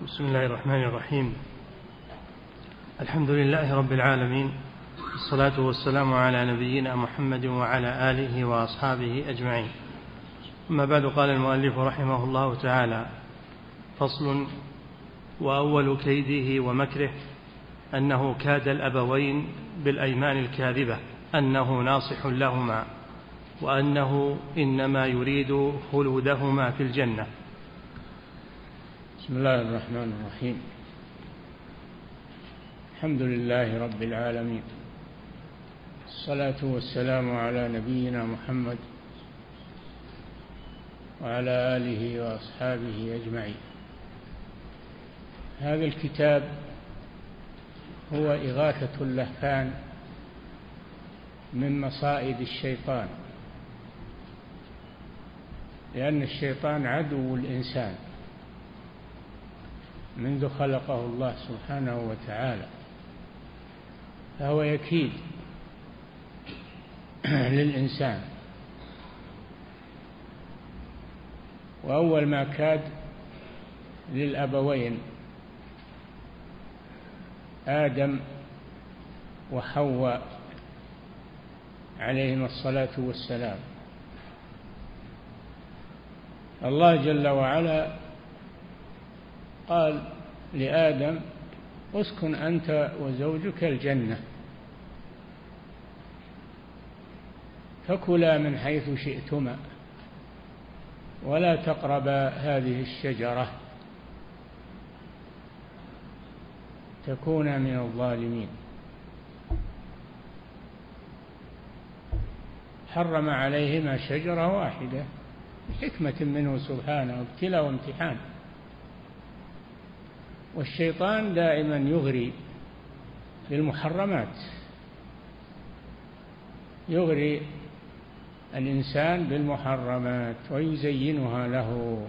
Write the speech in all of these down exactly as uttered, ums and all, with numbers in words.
بسم الله الرحمن الرحيم. الحمد لله رب العالمين، الصلاة والسلام على نبينا محمد وعلى آله وأصحابه أجمعين. أما بعد، قال المؤلف رحمه الله تعالى: فصل: وأول كيده ومكره أنه كاد الأبوين بالأيمان الكاذبة أنه ناصح لهما، وأنه إنما يريد خلودهما في الجنة. بسم الله الرحمن الرحيم. الحمد لله رب العالمين، الصلاة والسلام على نبينا محمد وعلى آله وأصحابه أجمعين. هذا الكتاب هو إغاثة اللهفان من مصائد الشيطان، لأن الشيطان عدو الإنسان منذ خلقه الله سبحانه وتعالى، فهو يكيد للإنسان. وأول ما كاد للأبوين آدم وحواء عليهما الصلاة والسلام. الله جل وعلا قال لآدم: اسكن أنت وزوجك الجنة، فكلا من حيث شئتما ولا تقربا هذه الشجرة تكونا من الظالمين. حرم عليهما شجرة واحدة بحكمة منه سبحانه، ابتلاء وامتحان. والشيطان دائما يغري بالمحرمات، يغري الإنسان بالمحرمات ويزينها له.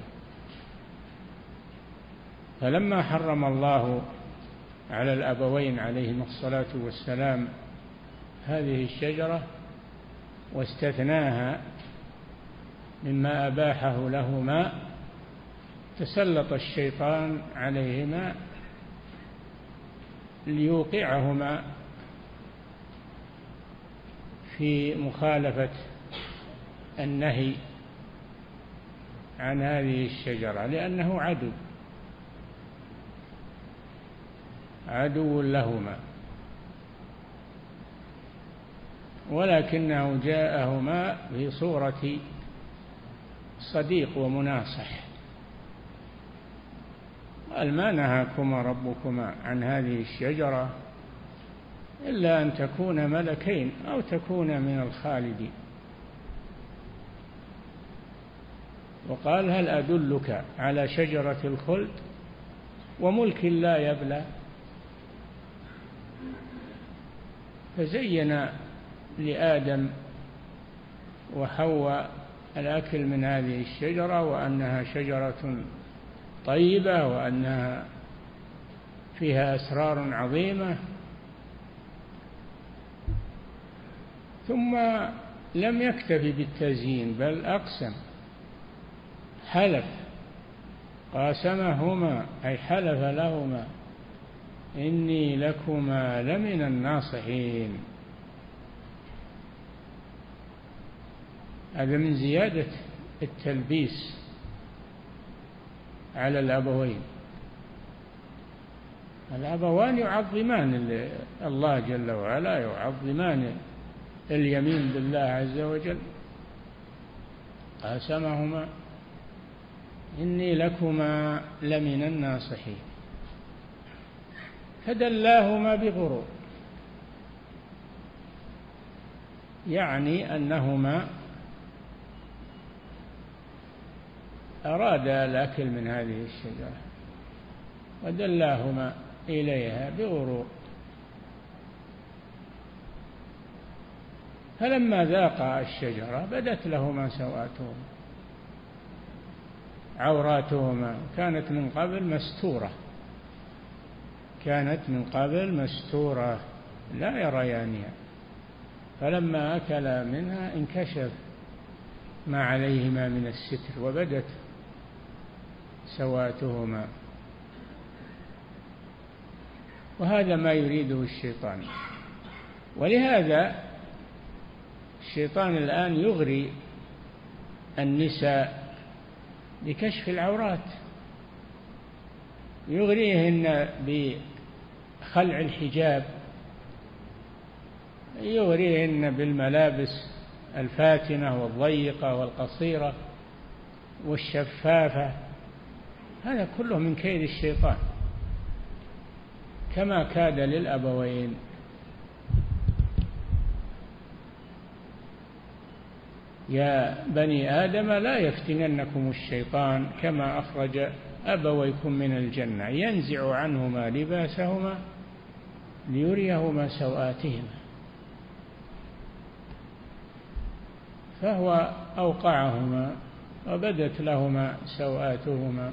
فلما حرم الله على الأبوين عليهما الصلاة والسلام هذه الشجرة واستثناها مما أباحه لهما، تسلط الشيطان عليهما ليوقعهما في مخالفة النهي عن هذه الشجرة، لأنه عدو عدو لهما، ولكنه جاءهما في صورة صديق ومناصح. قال: ما نهاكما ربكما عن هذه الشجرة إلا أن تكونا ملكين أو تكونا من الخالدين. وقال: هل أدلك على شجرة الخلد وملك لا يبلى؟ فزين لآدم وحواء الأكل من هذه الشجرة، وأنها شجرة طيبة، وأنها فيها أسرار عظيمة. ثم لم يكتفي بالتزيين، بل أقسم، حلف، قاسمهما أي حلف لهما: إني لكما لمن الناصحين. هذا من زيادة التلبيس على الأبوين. الأبوان يعظمان الله جل وعلا، يعظمان اليمين بالله عز وجل. قاسمهما إني لكما لمن الناصحين، فدلاهما بغرور، يعني أنهما أراد الأكل من هذه الشجرة ودلاهما إليها بغرور. فلما ذاقا الشجرة بدت لهما سوآتهما، عوراتهما كانت من قبل مستورة كانت من قبل مستورة لا يريانها، فلما أكلا منها انكشف ما عليهما من الستر وبدت سواتهما. وهذا ما يريده الشيطان. ولهذا الشيطان الآن يغري النساء بكشف العورات، يغريهن بخلع الحجاب، يغريهن بالملابس الفاتنة والضيقة والقصيرة والشفافة. هذا كله من كيد الشيطان، كما كاد للأبوين. يا بني آدم لا يفتننكم الشيطان كما أخرج أبويكم من الجنة ينزع عنهما لباسهما ليريهما سوآتهما. فهو أوقعهما وبدت لهما سوآتهما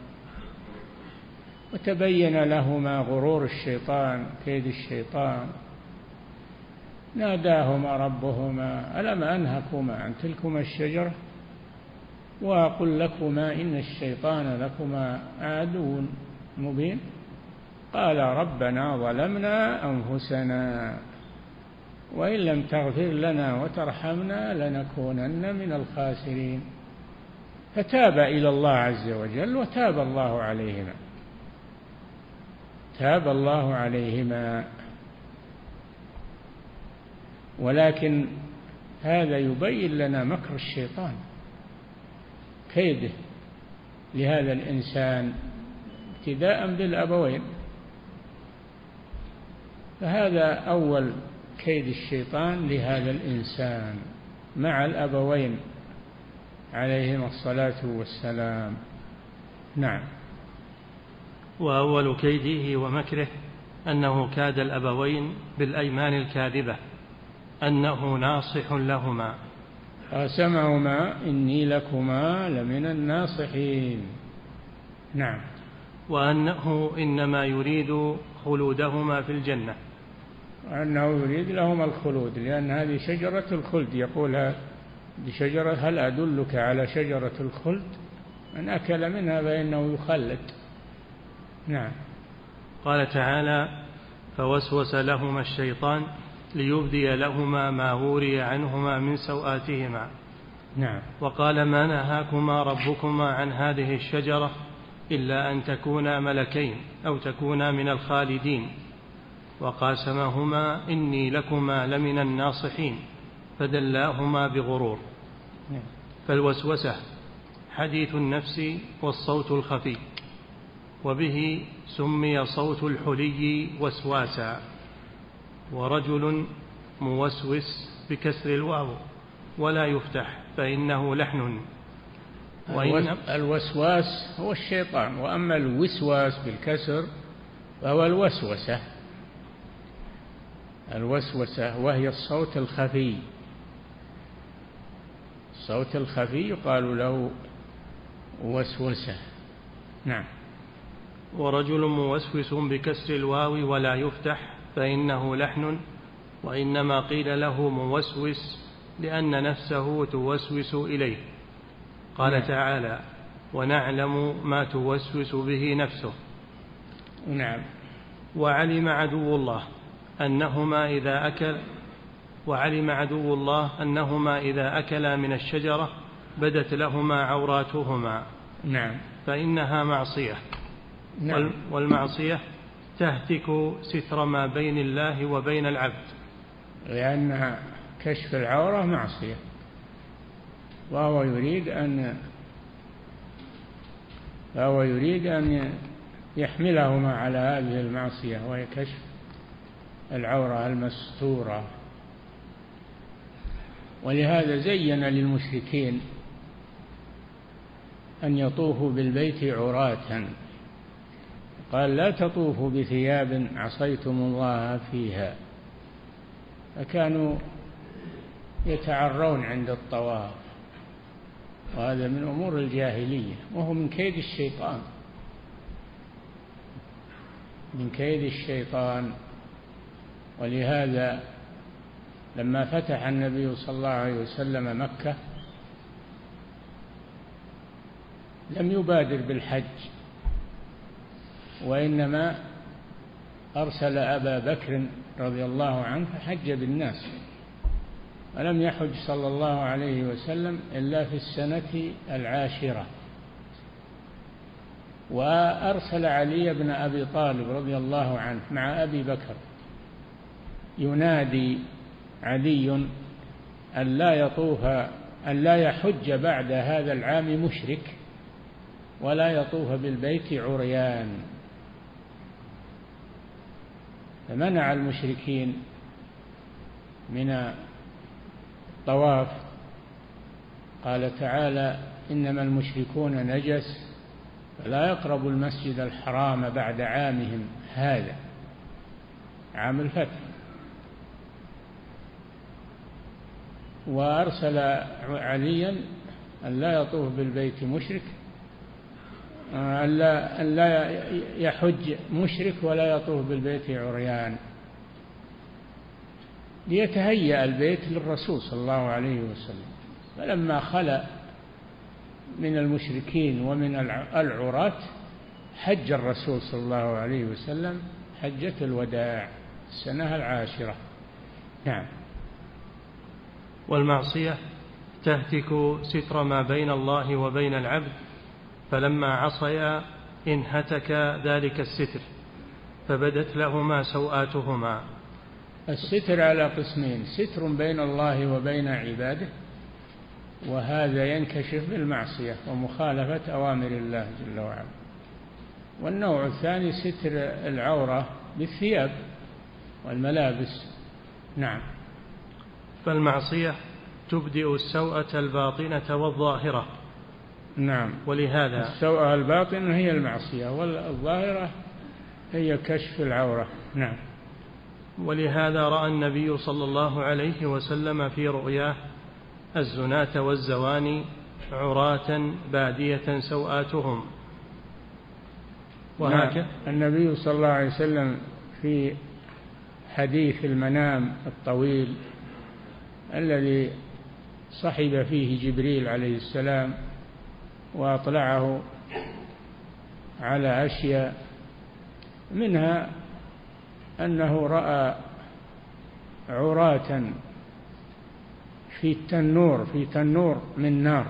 وتبين لهما غرور الشيطان كيد الشيطان. ناداهما ربهما ألم أنهكما عن تلكما الشجرة وأقل لكما إن الشيطان لكما عدو مبين قال ربنا ظلمنا أنفسنا وإن لم تغفر لنا وترحمنا لنكونن من الخاسرين. فتاب إلى الله عز وجل وتاب الله عليهما، تاب الله عليهما. ولكن هذا يبين لنا مكر الشيطان، كيده لهذا الإنسان ابتداء بالأبوين. فهذا أول كيد الشيطان لهذا الإنسان مع الأبوين عليهما الصلاة والسلام. نعم. وأول كيده ومكره أنه كاد الأبوين بالأيمان الكاذبة أنه ناصح لهما، قاسمهما إني لكما لمن الناصحين. نعم. وأنه إنما يريد خلودهما في الجنة، وأنه يريد لهما الخلود، لأن هذه شجرة الخلد. يقولها بشجرة هل أدلك على شجرة الخلد من أكل منها فإنه يخلد. نعم. قال تعالى فوسوس لهما الشيطان ليبدي لهما ما وري عنهما من سوآتهما. نعم. وقال ما نهاكما ربكما عن هذه الشجرة إلا أن تكونا ملكين أو تكونا من الخالدين وقاسمهما إني لكما لمن الناصحين فدلاهما بغرور. نعم. فالوسوسة حديث النفس والصوت الخفي، وبه سمي صوت الحلي وسواسا. ورجل موسوس بكسر الواو ولا يفتح فإنه لحن. الوسواس هو الشيطان، وأما الوسواس بالكسر فهو الوسوسة. الوسوسة وهي الصوت الخفي، الصوت الخفي يقال له وسوسة. نعم. ورجل موسوس بكسر الواو ولا يفتح فإنه لحن، وإنما قيل له موسوس لأن نفسه توسوس إليه. قال نعم. تعالى ونعلم ما توسوس به نفسه. نعم. وعلم عدو الله أنهما إذا أكل وعلم عدو الله أنهما إذا أكلا من الشجرة بدت لهما عوراتهما. نعم. فإنها معصية. نعم. والمعصية تهتك ستر ما بين الله وبين العبد، لأنها كشف العورة معصية، وهو يريد أن فهو يريد أن يحملهما على هذه المعصية وهي كشف العورة المستورة. ولهذا زين للمشركين أن يطوفوا بالبيت عراة، قال لا تطوفوا بثياب عصيتم الله فيها، فكانوا يتعرون عند الطواف، وهذا من أمور الجاهلية، وهو من كيد الشيطان، من كيد الشيطان. ولهذا لما فتح النبي صلى الله عليه وسلم مكة لم يبادر بالحج، وإنما أرسل أبا بكر رضي الله عنه فحج بالناس، ولم يحج صلى الله عليه وسلم إلا في السنة العاشرة. وأرسل علي بن أبي طالب رضي الله عنه مع أبي بكر ينادي علي أن لا يطوف أن لا يحج بعد هذا العام مشرك ولا يطوف بالبيت عريان، فمنع المشركين من الطواف. قال تعالى: إنما المشركون نجس فلا يقربوا المسجد الحرام بعد عامهم هذا، عام الفتح. وأرسل عليا أن لا يطوف بالبيت مشرك، أن لا, أن لا يحج مشرك ولا يطوف بالبيت عريان، ليتهيأ البيت للرسول صلى الله عليه وسلم. فلما خلأ من المشركين ومن العراة حج الرسول صلى الله عليه وسلم حجة الوداع السنة العاشرة. نعم. والمعصية تهتك ستر ما بين الله وبين العبد، فلما عصيا انهتك ذلك الستر فبدت لهما سوآتهما. الستر على قسمين: ستر بين الله وبين عباده، وهذا ينكشف بالمعصية ومخالفة أوامر الله جل وعلا. والنوع الثاني ستر العورة بالثياب والملابس. نعم. فالمعصية تبدئ السوءة الباطنة والظاهرة. نعم. ولهذا السوءة الباطنة هي المعصية، والظاهرة هي كشف العورة. نعم. ولهذا رأى النبي صلى الله عليه وسلم في رؤياه الزناة والزواني عراة بادية سوآتهم. وهكذا النبي صلى الله عليه وسلم في حديث المنام الطويل الذي صحب فيه جبريل عليه السلام وأطلعه على أشياء، منها أنه رأى عراة في التنور في تنور من نار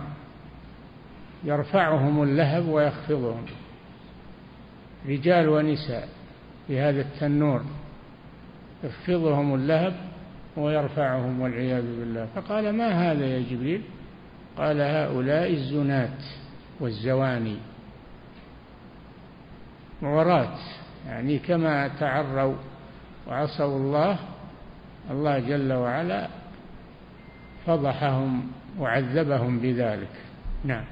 يرفعهم اللهب ويخفضهم، رجال ونساء في هذا التنور يخفضهم اللهب ويرفعهم والعياذ بالله. فقال: ما هذا يا جبريل؟ قال: هؤلاء الزنات والزواني عراة، يعني كما تعروا وعصوا الله الله جل وعلا فضحهم وعذبهم بذلك. نعم.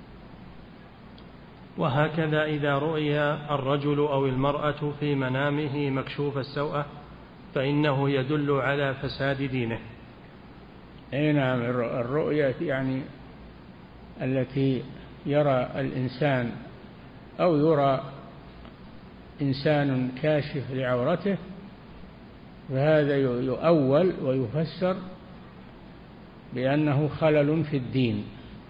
وهكذا إذا رؤي الرجل أو المرأة في منامه مكشوف السوءة فإنه يدل على فساد دينه. أي نعم. الرؤيا يعني التي يرى الإنسان أو يرى إنسان كاشف لعورته، فهذا يؤول ويفسر بأنه خلل في الدين،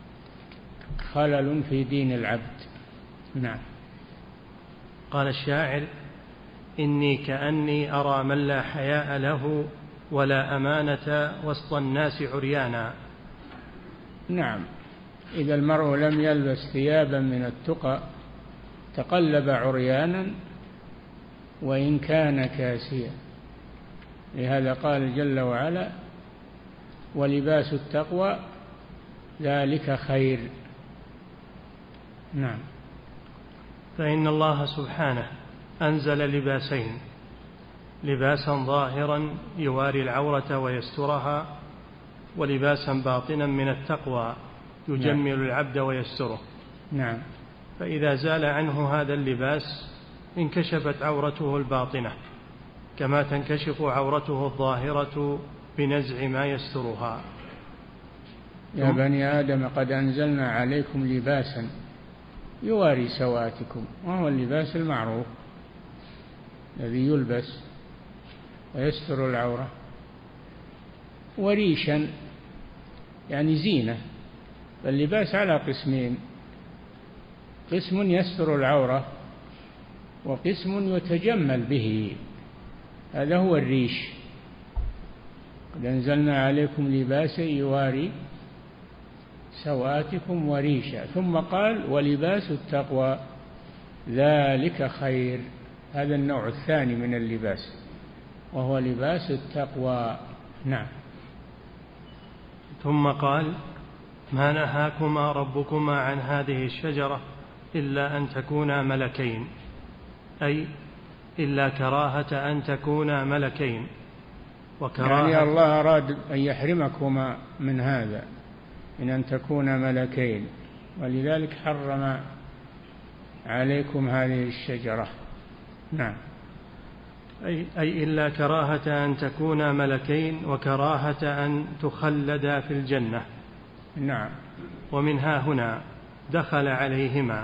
خلل في دين العبد. نعم. قال الشاعر: إني كأني أرى من لا حياء له ولا أمانة وسط الناس عريانا. نعم. إذا المرء لم يلبس ثيابا من التقى تقلب عريانا وإن كان كاسيا. لهذا قال جل وعلا: ولباس التقوى ذلك خير. نعم. فإن الله سبحانه أنزل لباسين: لباسا ظاهرا يواري العورة ويسترها، ولباسا باطنا من التقوى يجمل نعم. العبد ويستره. نعم. فإذا زال عنه هذا اللباس انكشفت عورته الباطنة، كما تنكشف عورته الظاهرة بنزع ما يسترها. يا بني آدم قد أنزلنا عليكم لباسا يواري سواتكم، وهو اللباس المعروف الذي يلبس ويستر العورة. وريشا يعني زينة. فاللباس على قسمين: قسم يستر العورة وقسم يتجمل به هذا هو الريش. قد أنزلنا عليكم لباسا يواري سوآتكم وريشا، ثم قال ولباس التقوى ذلك خير. هذا النوع الثاني من اللباس وهو لباس التقوى. نعم. ثم قال ما نهاكما ربكما عن هذه الشجرة إلا أن تكونا ملكين، أي إلا كراهة أن تكونا ملكين. وكراهة يعني الله أراد أن يحرمكما من هذا، من أن تكونا ملكين، ولذلك حرم عليكم هذه الشجرة. نعم. أي, أي إلا كراهة أن تكونا ملكين وكراهة أن تخلدا في الجنة. نعم. ومنها هنا دخل عليهما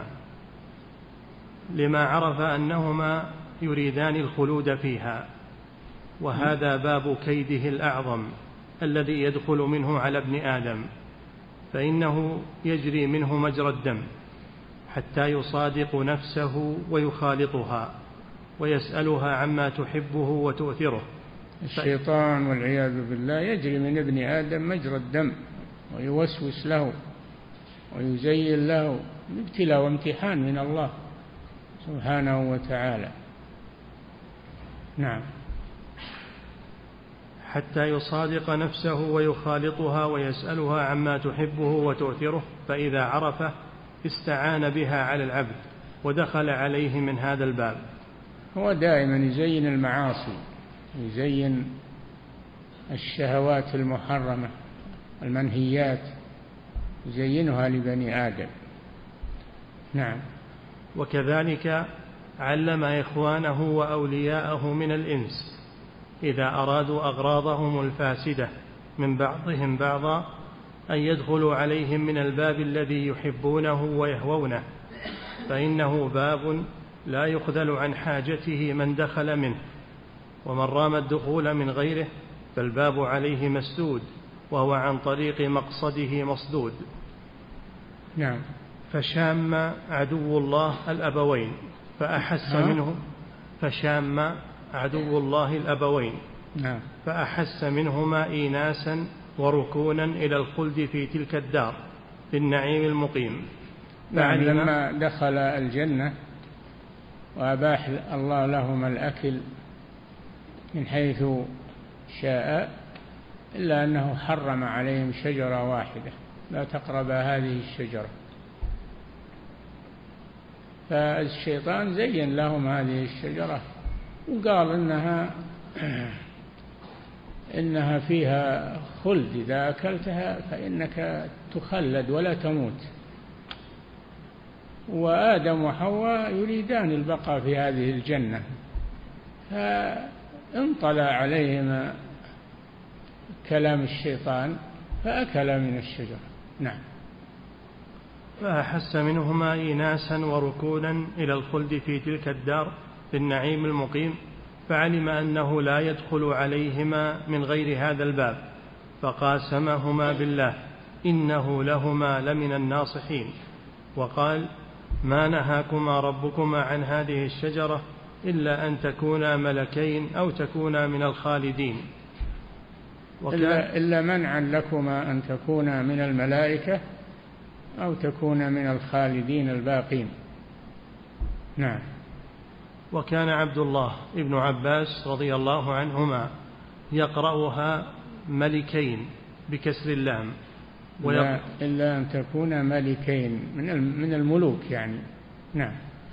لما عرف أنهما يريدان الخلود فيها، وهذا باب كيده الأعظم الذي يدخل منه على ابن آدم، فإنه يجري منه مجرى الدم حتى يصادق نفسه ويخالطها ويسألها عما تحبه وتؤثره. الشيطان والعياذ بالله يجري من ابن آدم مجرى الدم ويوسوس له ويزين له ابتلاء وامتحان من الله سبحانه وتعالى. نعم. حتى يصادق نفسه ويخالطها ويسألها عما تحبه وتؤثره، فإذا عرفه استعان بها على العبد ودخل عليه من هذا الباب. هو دائما يزين المعاصي، يزين الشهوات المحرمة المنهيات، يزينها لبني آدم. نعم. وكذلك علم إخوانه وأولياءه من الإنس إذا أرادوا أغراضهم الفاسدة من بعضهم بعضا أن يدخلوا عليهم من الباب الذي يحبونه ويهوونه، فإنه باب لا يخذل عن حاجته من دخل منه، ومن رام الدخول من غيره فالباب عليه مسدود وهو عن طريق مقصده مصدود. نعم. فشام عدو الله الأبوين فأحس منه فشام عدو الله الأبوين نعم. فأحس منهما إيناسا وركونا إلى الخلد في تلك الدار في النعيم المقيم. نعم. لما دخل الجنة وأباح الله لهما الأكل من حيث شاء، إلا أنه حرم عليهم شجرة واحدة، لا تقرب هذه الشجرة، فالشيطان زين لهم هذه الشجرة وقال إنها إنها فيها خلد، إذا أكلتها فإنك تخلد ولا تموت. وآدم وحواء يريدان البقاء في هذه الجنة، فانطلع عليهما كلام الشيطان فأكلا من الشجرة. نعم. فأحس منهما إيناسا وركونا إلى الخلد في تلك الدار في النعيم المقيم، فعلم أنه لا يدخل عليهما من غير هذا الباب، فقاسمهما بالله إنه لهما لمن الناصحين، وقال ما نهاكما ربكما عن هذه الشجرة إلا أن تكونا ملكين أو تكونا من الخالدين. إلا, إلا منعا لكما أن تكونا من الملائكة أو تكونا من الخالدين الباقين. نعم. وكان عبد الله ابن عباس رضي الله عنهما يقرأها ملكين بكسر اللام، لا إلا أن تكون ملكين من الملوك يعني. نعم.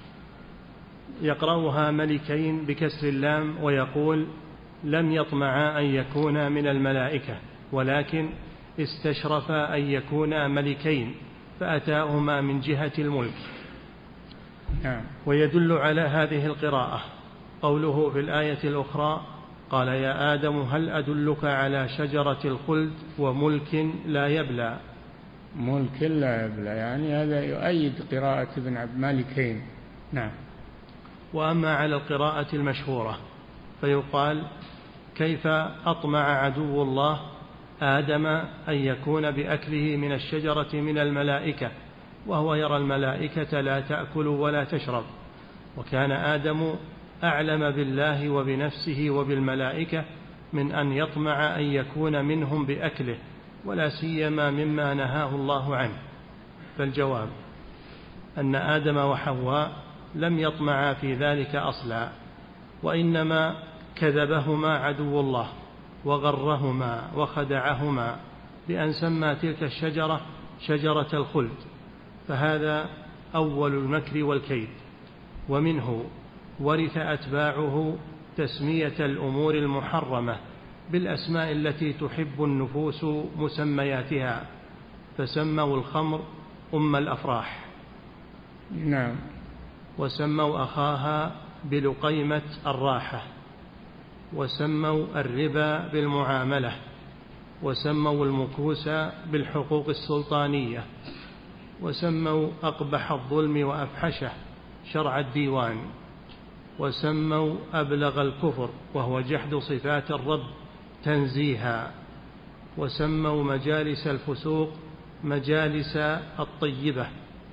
يقرأها ملكين بكسر اللام ويقول لم يطمعا أن يكونا من الملائكة، ولكن استشرفا أن يكونا ملكين فأتاهما من جهة الملك. نعم. ويدل على هذه القراءة قوله في الآية الأخرى قال يا آدم هل أدلك على شجرة الخلد وملك لا يبلى. ملك لا يبلى يعني هذا يؤيد قراءة ابن عبد مالكين. نعم. وأما على القراءة المشهورة فيقال كيف أطمع عدو الله آدم أن يكون بأكله من الشجرة من الملائكة وهو يرى الملائكة لا تأكل ولا تشرب، وكان آدم أعلم بالله وبنفسه وبالملائكة من أن يطمع أن يكون منهم بأكله، ولا سيما مما نهاه الله عنه. فالجواب أن آدم وحواء لم يطمعا في ذلك أصلا، وإنما كذبهما عدو الله وغرهما وخدعهما بأن سمى تلك الشجرة شجرة الخلد، فهذا أول المكر والكيد. ومنه ورث أتباعه تسمية الأمور المحرمة بالأسماء التي تحب النفوس مسمياتها، فسموا الخمر أم الأفراح، نعم، وسموا أخاها بلقيمة الراحة، وسموا الربا بالمعاملة، وسموا المكوس بالحقوق السلطانية، وسموا أقبح الظلم وأفحشه شرع الديوان، وسموا أبلغ الكفر وهو جحد صفات الرب تنزيها، وسموا مجالس الفسوق مجالس الطيبة.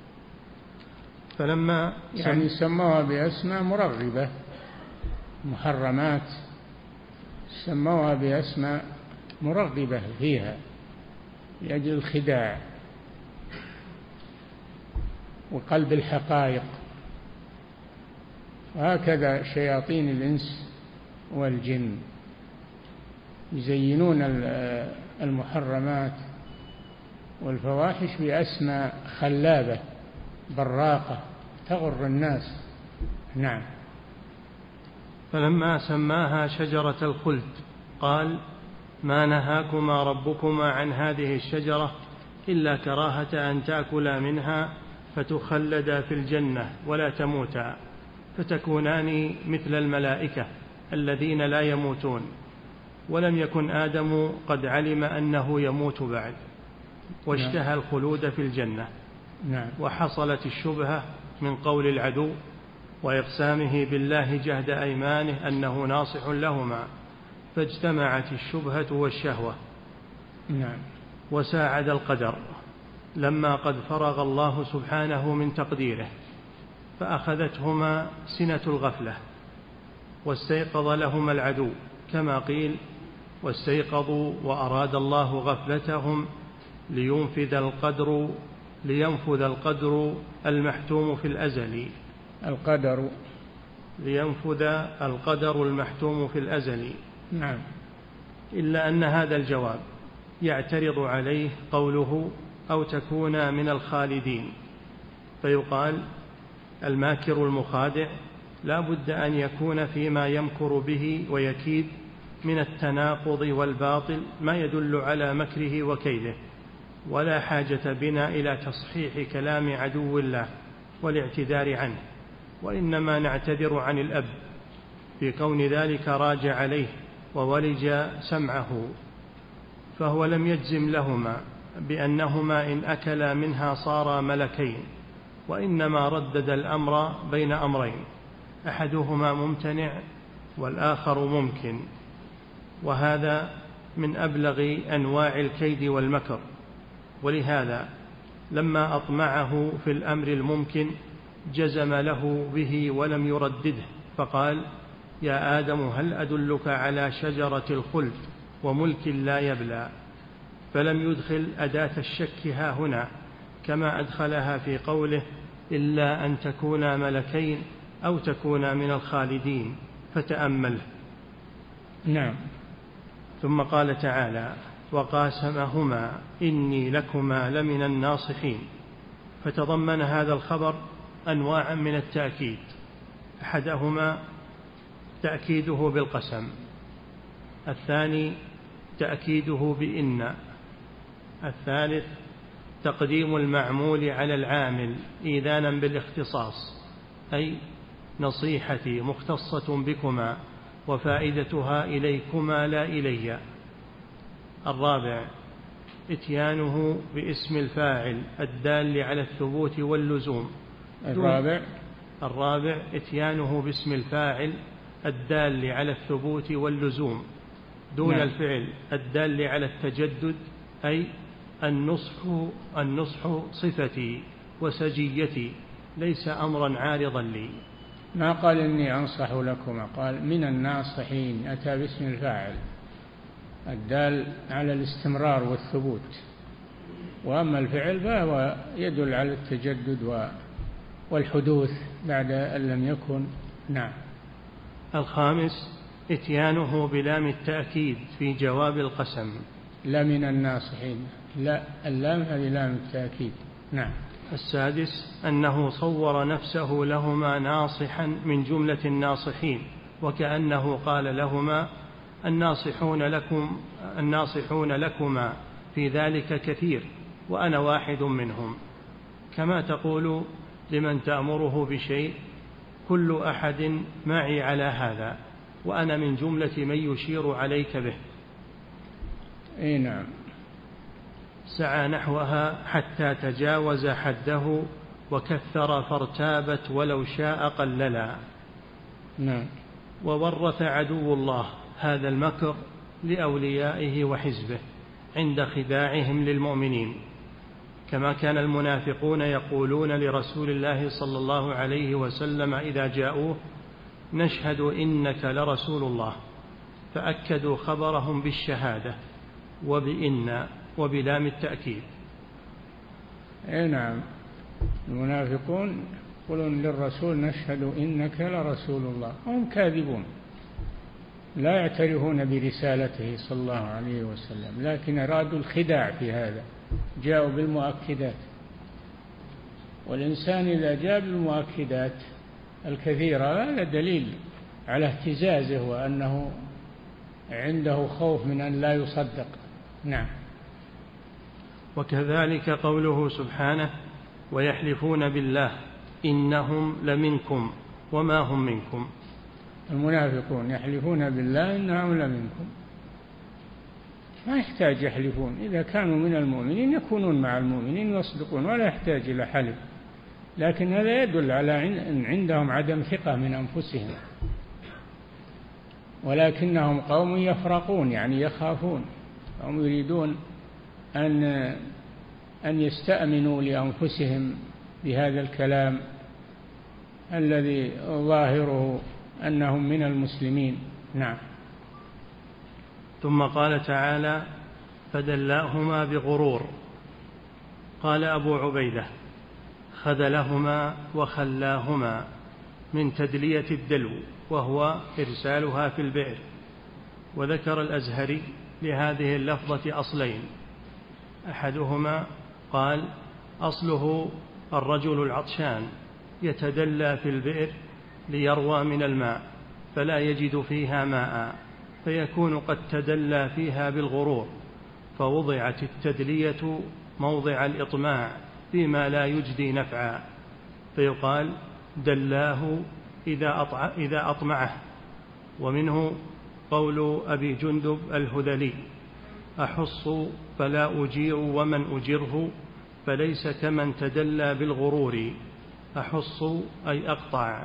فلما يعني سموها بأسماء مرغبة، محرمات سموها بأسماء مرغبة فيها لأجل الخداع وقلب الحقائق. وهكذا شياطين الإنس والجن يزينون المحرمات والفواحش بأسماء خلابة براقة تغر الناس. نعم. فلما سماها شجرة الخلد قال: ما نهاكما ربكما عن هذه الشجرة إلا كراهة أن تأكلا منها فتخلدا في الجنة ولا تموتا فتكونان مثل الملائكة الذين لا يموتون. ولم يكن آدم قد علم أنه يموت بعد، واشتهى الخلود في الجنة. نعم. وحصلت الشبهة من قول العدو وإقسامه بالله جهد أيمانه أنه ناصح لهما، فاجتمعت الشبهة والشهوة. نعم. وساعد القدر لما قد فرغ الله سبحانه من تقديره، فأخذتهما سنة الغفلة، واستيقظ لهما العدو كما قيل: واستيقظوا وأراد الله غفلتهم لينفذ القدر لينفذ القدر المحتوم في الأزل القدر لينفذ القدر المحتوم في الأزل. نعم. إلا أن هذا الجواب يعترض عليه قوله: أو تكون من الخالدين، فيقال: الماكر المخادع لا بد أن يكون فيما يمكر به ويكيد من التناقض والباطل ما يدل على مكره وكيده، ولا حاجة بنا إلى تصحيح كلام عدو الله والاعتذار عنه، وإنما نعتذر عن الأب في كون ذلك راج عليه وولج سمعه، فهو لم يجزم لهما بأنهما إن أكلا منها صارا ملكين، وإنما ردد الأمر بين أمرين، أحدهما ممتنع والآخر ممكن، وهذا من أبلغ أنواع الكيد والمكر. ولهذا لما أطمعه في الأمر الممكن جزم له به ولم يردده، فقال: يا آدم هل أدلك على شجرة الخلد وملك لا يبلى؟ فلم يدخل أداة الشك ها هنا كما أدخلها في قوله: إلا أن تكونا ملكين أو تكونا من الخالدين، فتأمله. نعم. ثم قال تعالى: وقاسمهما إني لكما لمن الناصحين، فتضمن هذا الخبر أنواعا من التأكيد. أحدهما تأكيده بالقسم، الثاني تأكيده بإن، الثالث تقديم المعمول على العامل إيذانا بالاختصاص، أي نصيحتي مختصة بكما وفائدتها إليكما لا إلي. الرابع إتيانه باسم الفاعل الدال على الثبوت واللزوم. الرابع الرابع إتيانه باسم الفاعل الدال على الثبوت واللزوم دون نعم. الفعل الدال على التجدد، أي النصح النصح صفتي وسجيتي ليس أمرا عارضا لي. ما قال إني أنصح لكما، قال من الناصحين، أتى باسم الفاعل الدال على الاستمرار والثبوت، وأما الفعل فهو يدل على التجدد والحدوث بعد أن لم يكن. نعم. الخامس إتيانه بلام التأكيد في جواب القسم. لا من الناصحين، لا، اللام هذه لام التأكيد. نعم. السادس أنه صور نفسه لهما ناصحا من جملة الناصحين، وكأنه قال لهما الناصحون لكم الناصحون لكما في ذلك كثير وأنا واحد منهم، كما تقول لمن تأمره بشيء كل أحد معي على هذا وأنا من جملة من يشير عليك به. أي نعم. سعى نحوها حتى تجاوز حده وكثر فارتابت ولو شاء قللا. نعم. وورث عدو الله هذا المكر لأوليائه وحزبه عند خداعهم للمؤمنين، كما كان المنافقون يقولون لرسول الله صلى الله عليه وسلم إذا جاءوه نشهد إنك لرسول الله، فأكدوا خبرهم بالشهادة وبإن وبلام التأكيد. أي نعم. المنافقون يقولون للرسول نشهد إنك لرسول الله، هم كاذبون لا يعترفون برسالته صلى الله عليه وسلم، لكن أرادوا الخداع في هذا، جاءوا بالمؤكدات. والإنسان إذا جاء بالمؤكدات الكثيرة هذا دليل على اهتزازه وأنه عنده خوف من أن لا يصدق. نعم. وكذلك قوله سبحانه ويحلفون بالله إنهم لمنكم وما هم منكم. المنافقون يحلفون بالله إنهم لمنكم، ما يحتاج يحلفون، إذا كانوا من المؤمنين يكونون مع المؤمنين ويصدقون ولا يحتاج إلى حلف، لكن هذا يدل على أن عندهم عدم ثقة من أنفسهم، ولكنهم قوم يفرقون يعني يخافون، هم يريدون أن أن يستأمنوا لأنفسهم بهذا الكلام الذي ظاهره أنهم من المسلمين. نعم. ثم قال تعالى فدلاهما بغرور. قال أبو عبيدة خذلهما وخلاهما من تدلية الدلو وهو إرسالها في البئر. وذكر الأزهري لهذه اللفظة أصلين، أحدهما قال أصله الرجل العطشان يتدلى في البئر ليروى من الماء فلا يجد فيها ماء فيكون قد تدلى فيها بالغرور، فوضعت التدلية موضع الإطماع فيما لا يجدي نفعا، فيقال دلاه إذا أطمعه. ومنه قول أبي جندب الهذلي أحص فلا أجير ومن أجره فليس كمن تدلى بالغرور، أحص أي أقطع.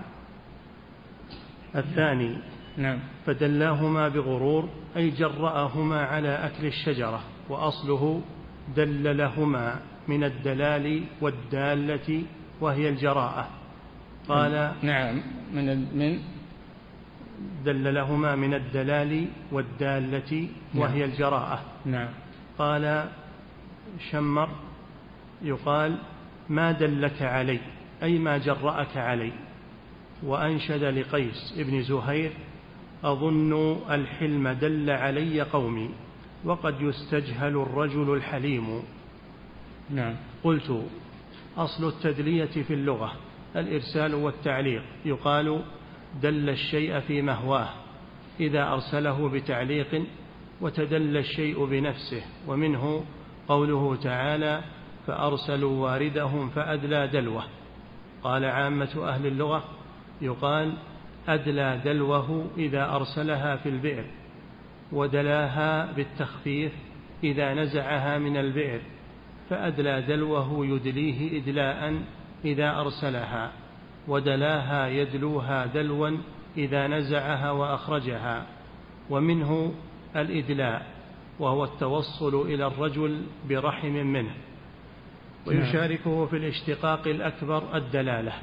الثاني نعم. فدلاهما بغرور أي جرأهما على أكل الشجرة، وأصله دللهما من الدلال والدالة وهي الجراءة. قال نعم من من دللهما من الدلال والدالة وهي نعم. الجراءة. نعم. قال شمر يقال ما دلك علي أي ما جرأك علي. وأنشد لقيس ابن زهير أظن الحلم دل علي قومي وقد يستجهل الرجل الحليم. نعم. قلت أصل التدلية في اللغة الإرسال والتعليق، يقال دل الشيء في مهواه إذا أرسله بتعليق وتدل الشيء بنفسه. ومنه قوله تعالى فأرسلوا واردهم فأدلى دلوه. قال عامة أهل اللغة يقال أدلى دلوه إذا أرسلها في البئر، ودلاها بالتخفيف إذا نزعها من البئر، فأدلى دلوه يدليه إدلاء إذا أرسلها، ودلاها يدلوها دلوا إذا نزعها وأخرجها. ومنه الإدلاء وهو التوصل إلى الرجل برحم منه. ويشاركه في الاشتقاق الأكبر الدلالة،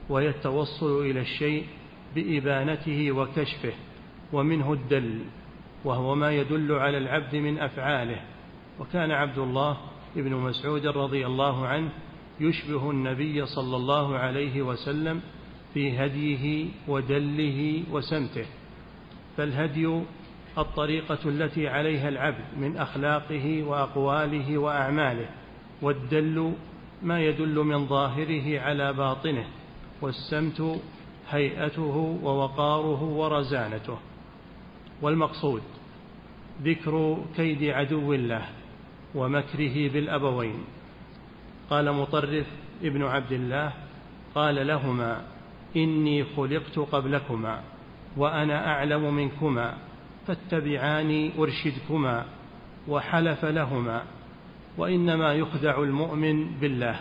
وهي التوصل إلى الشيء بإبانته وكشفه، ومنه الدل، وهو ما يدل على العبد من أفعاله. وكان عبد الله ابن مسعود رضي الله عنه يشبه النبي صلى الله عليه وسلم في هديه ودله وسمته. فالهدي الطريقة التي عليها العبد من أخلاقه وأقواله وأعماله، والدل ما يدل من ظاهره على باطنه، والسمت هيئته ووقاره ورزانته. والمقصود ذكر كيد عدو الله ومكره بالأبوين. قال مطرف ابن عبد الله قال لهما: إني خلقت قبلكما وأنا أعلم منكما فاتبعاني أرشدكما. وحلف لهما. وإنما يخدع المؤمن بالله.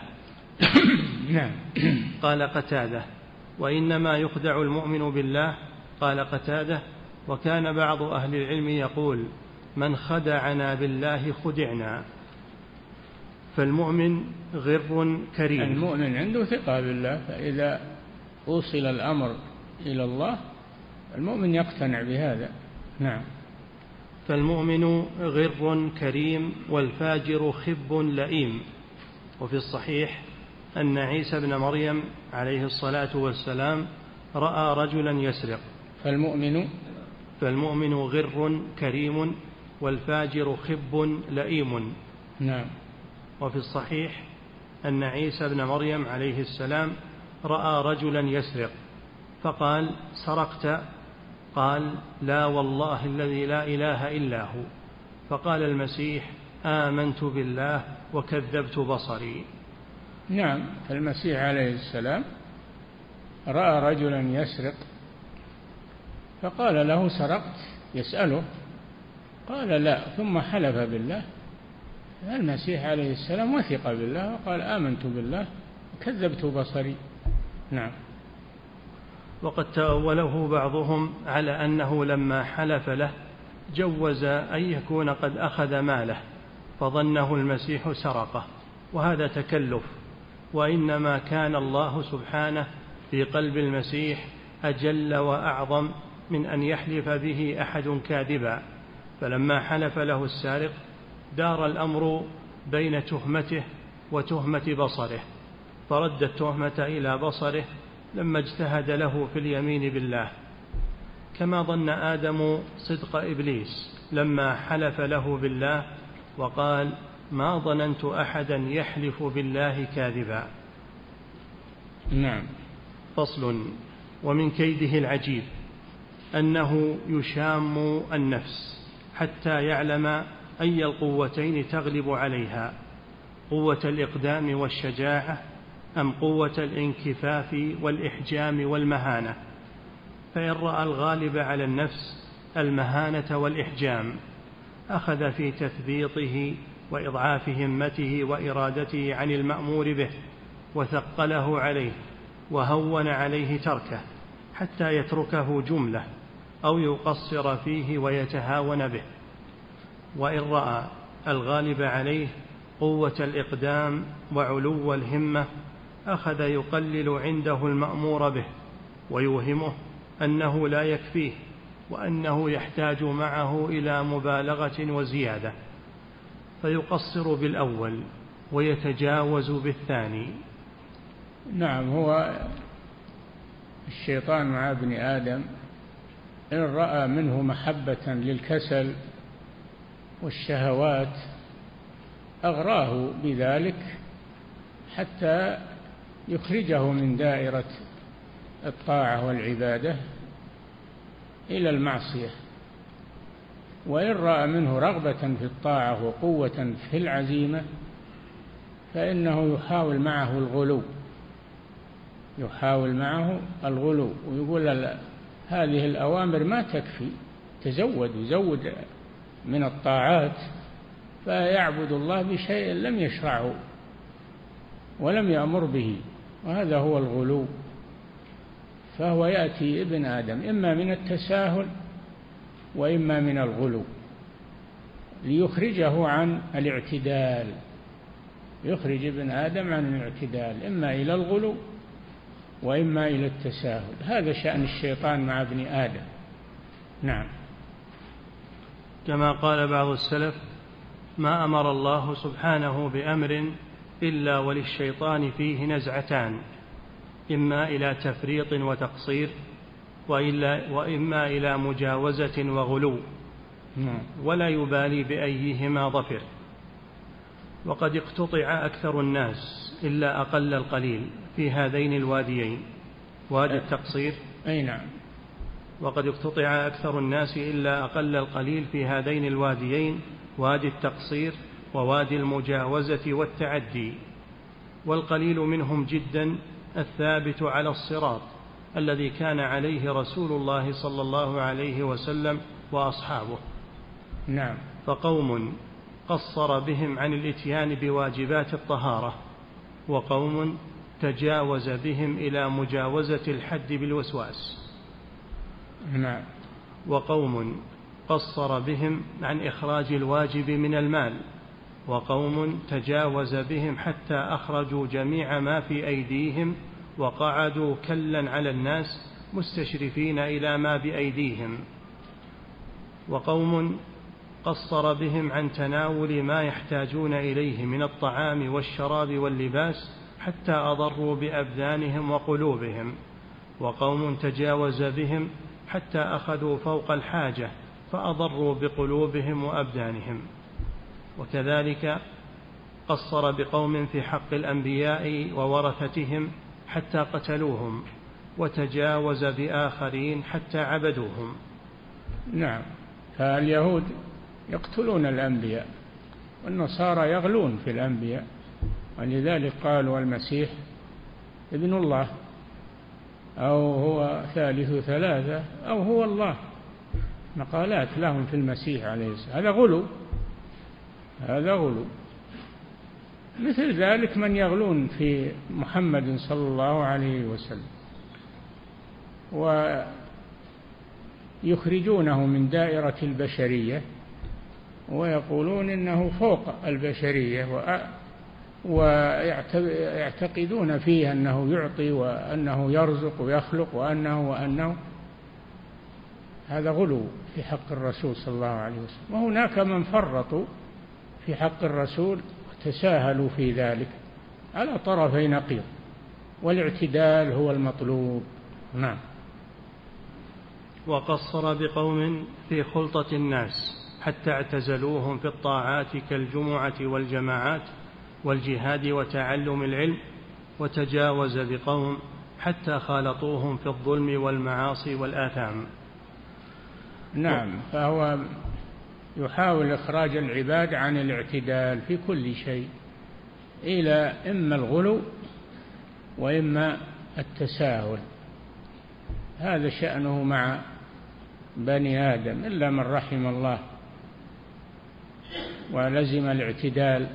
قال قتادة: وإنما يخدع المؤمن بالله. قال قتادة: وكان بعض أهل العلم يقول: من خدعنا بالله خدعنا. فالمؤمن غر كريم. المؤمن عنده ثقة بالله، فإذا أوصل الأمر إلى الله المؤمن يقتنع بهذا. نعم. فالمؤمن غر كريم والفاجر خب لئيم. وفي الصحيح أن عيسى بن مريم عليه الصلاة والسلام رأى رجلا يسرق. فالمؤمن فالمؤمن غر كريم والفاجر خب لئيم. نعم. وفي الصحيح أن عيسى بن مريم عليه السلام رأى رجلا يسرق فقال: سرقت؟ قال: لا والله الذي لا إله إلا هو. فقال المسيح: آمنت بالله وكذبت بصري. نعم. المسيح عليه السلام رأى رجلا يسرق فقال له: سرقت؟ يسأله، قال: لا، ثم حلف بالله. المسيح عليه السلام وثق بالله وقال: آمنت بالله وكذبت بصري. نعم. وقد تأوله بعضهم على أنه لما حلف له جوز أن يكون قد أخذ ماله فظنه المسيح سرقه، وهذا تكلف. وإنما كان الله سبحانه في قلب المسيح أجل وأعظم من أن يحلف به أحد كاذبا. فلما حلف له السارق دار الأمر بين تهمته وتهمة بصره، فرد التهمة إلى بصره لما اجتهد له في اليمين بالله، كما ظن آدم صدق إبليس لما حلف له بالله وقال: ما ظننت أحدا يحلف بالله كاذبا. نعم. فصل. ومن كيده العجيب أنه يشام النفس حتى يعلم أي القوتين تغلب عليها، قوة الإقدام والشجاعة أم قوة الانكفاف والإحجام والمهانة. فإن رأى الغالب على النفس المهانة والإحجام أخذ في تثبيطه وإضعاف همته وإرادته عن المأمور به، وثقله عليه وهون عليه تركه حتى يتركه جملة أو يقصر فيه ويتهاون به. وإن رأى الغالب عليه قوة الإقدام وعلو الهمة أخذ يقلل عنده المأمور به ويوهمه أنه لا يكفيه وأنه يحتاج معه إلى مبالغة وزيادة، فيقصر بالأول ويتجاوز بالثاني. نعم. هو الشيطان مع ابن آدم إن رأى منه محبة للكسل والشهوات أغراه بذلك حتى يخرجه من دائرة الطاعة والعبادة إلى المعصية. وإن رأى منه رغبة في الطاعة وقوة في العزيمة فإنه يحاول معه الغلو يحاول معه الغلو ويقول هذه الأوامر ما تكفي، تزود يزود من الطاعات، فيعبد الله بشيء لم يشرعه ولم يأمر به، وهذا هو الغلو. فهو يأتي ابن آدم إما من التساهل وإما من الغلو ليخرجه عن الاعتدال، يخرج ابن آدم عن الاعتدال إما إلى الغلو وإما إلى التساهل. هذا شأن الشيطان مع ابن آدم. نعم. كما قال بعض السلف: ما أمر الله سبحانه بأمر إلا وللشيطان فيه نزعتان، إما إلى تفريط وتقصير، وإلا وإما إلى مجاوزة وغلو، ولا يبالي بأيهما ظفر. وقد اقتطع أكثر الناس إلا أقل القليل في هذين الواديين، وادي التقصير أي نعم. وقد اقتطع أكثر الناس إلا أقل القليل في هذين الواديين، وادي التقصير ووادي المجاوزة والتعدي. والقليل منهم جدا الثابت على الصراط الذي كان عليه رسول الله صلى الله عليه وسلم وأصحابه. نعم. فقوم قصر بهم عن الإتيان بواجبات الطهارة، وقوم تجاوز بهم إلى مجاوزة الحد بالوسواس. نعم. وقوم قصر بهم عن إخراج الواجب من المال، وقوم تجاوز بهم حتى أخرجوا جميع ما في أيديهم وقعدوا كلا على الناس مستشرفين إلى ما بأيديهم. وقوم قصر بهم عن تناول ما يحتاجون إليه من الطعام والشراب واللباس حتى أضروا بأبدانهم وقلوبهم. وقوم تجاوز بهم حتى أخذوا فوق الحاجة فأضروا بقلوبهم وأبدانهم. وكذلك قصر بقوم في حق الأنبياء وورثتهم حتى قتلوهم، وتجاوز بآخرين حتى عبدوهم. نعم. فاليهود يقتلون الأنبياء، والنصارى يغلون في الأنبياء، ولذلك قالوا المسيح ابن الله، أو هو ثالث ثلاثة، أو هو الله. مقالات لهم في المسيح عليه السلام. هذا غلو، هذا غلو. مثل ذلك من يغلون في محمد صلى الله عليه وسلم ويخرجونه من دائرة البشرية ويقولون إنه فوق البشرية، ويعتقدون فيه أنه يعطي وأنه يرزق ويخلق وأنه وأنه هذا غلو في حق الرسول صلى الله عليه وسلم. وهناك من فرطوا في حق الرسول وتساهلوا في ذلك على طرفي نقيض، والاعتدال هو المطلوب. نعم. وقصر بقوم في خلطة الناس حتى اعتزلوهم في الطاعات كالجمعة والجماعات والجهاد وتعلم العلم، وتجاوز بقوم حتى خالطوهم في الظلم والمعاصي والآثام. نعم. فهو يحاول إخراج العباد عن الاعتدال في كل شيء إلى إما الغلو وإما التساهل. هذا شأنه مع بني آدم إلا من رحم الله ولزم الاعتدال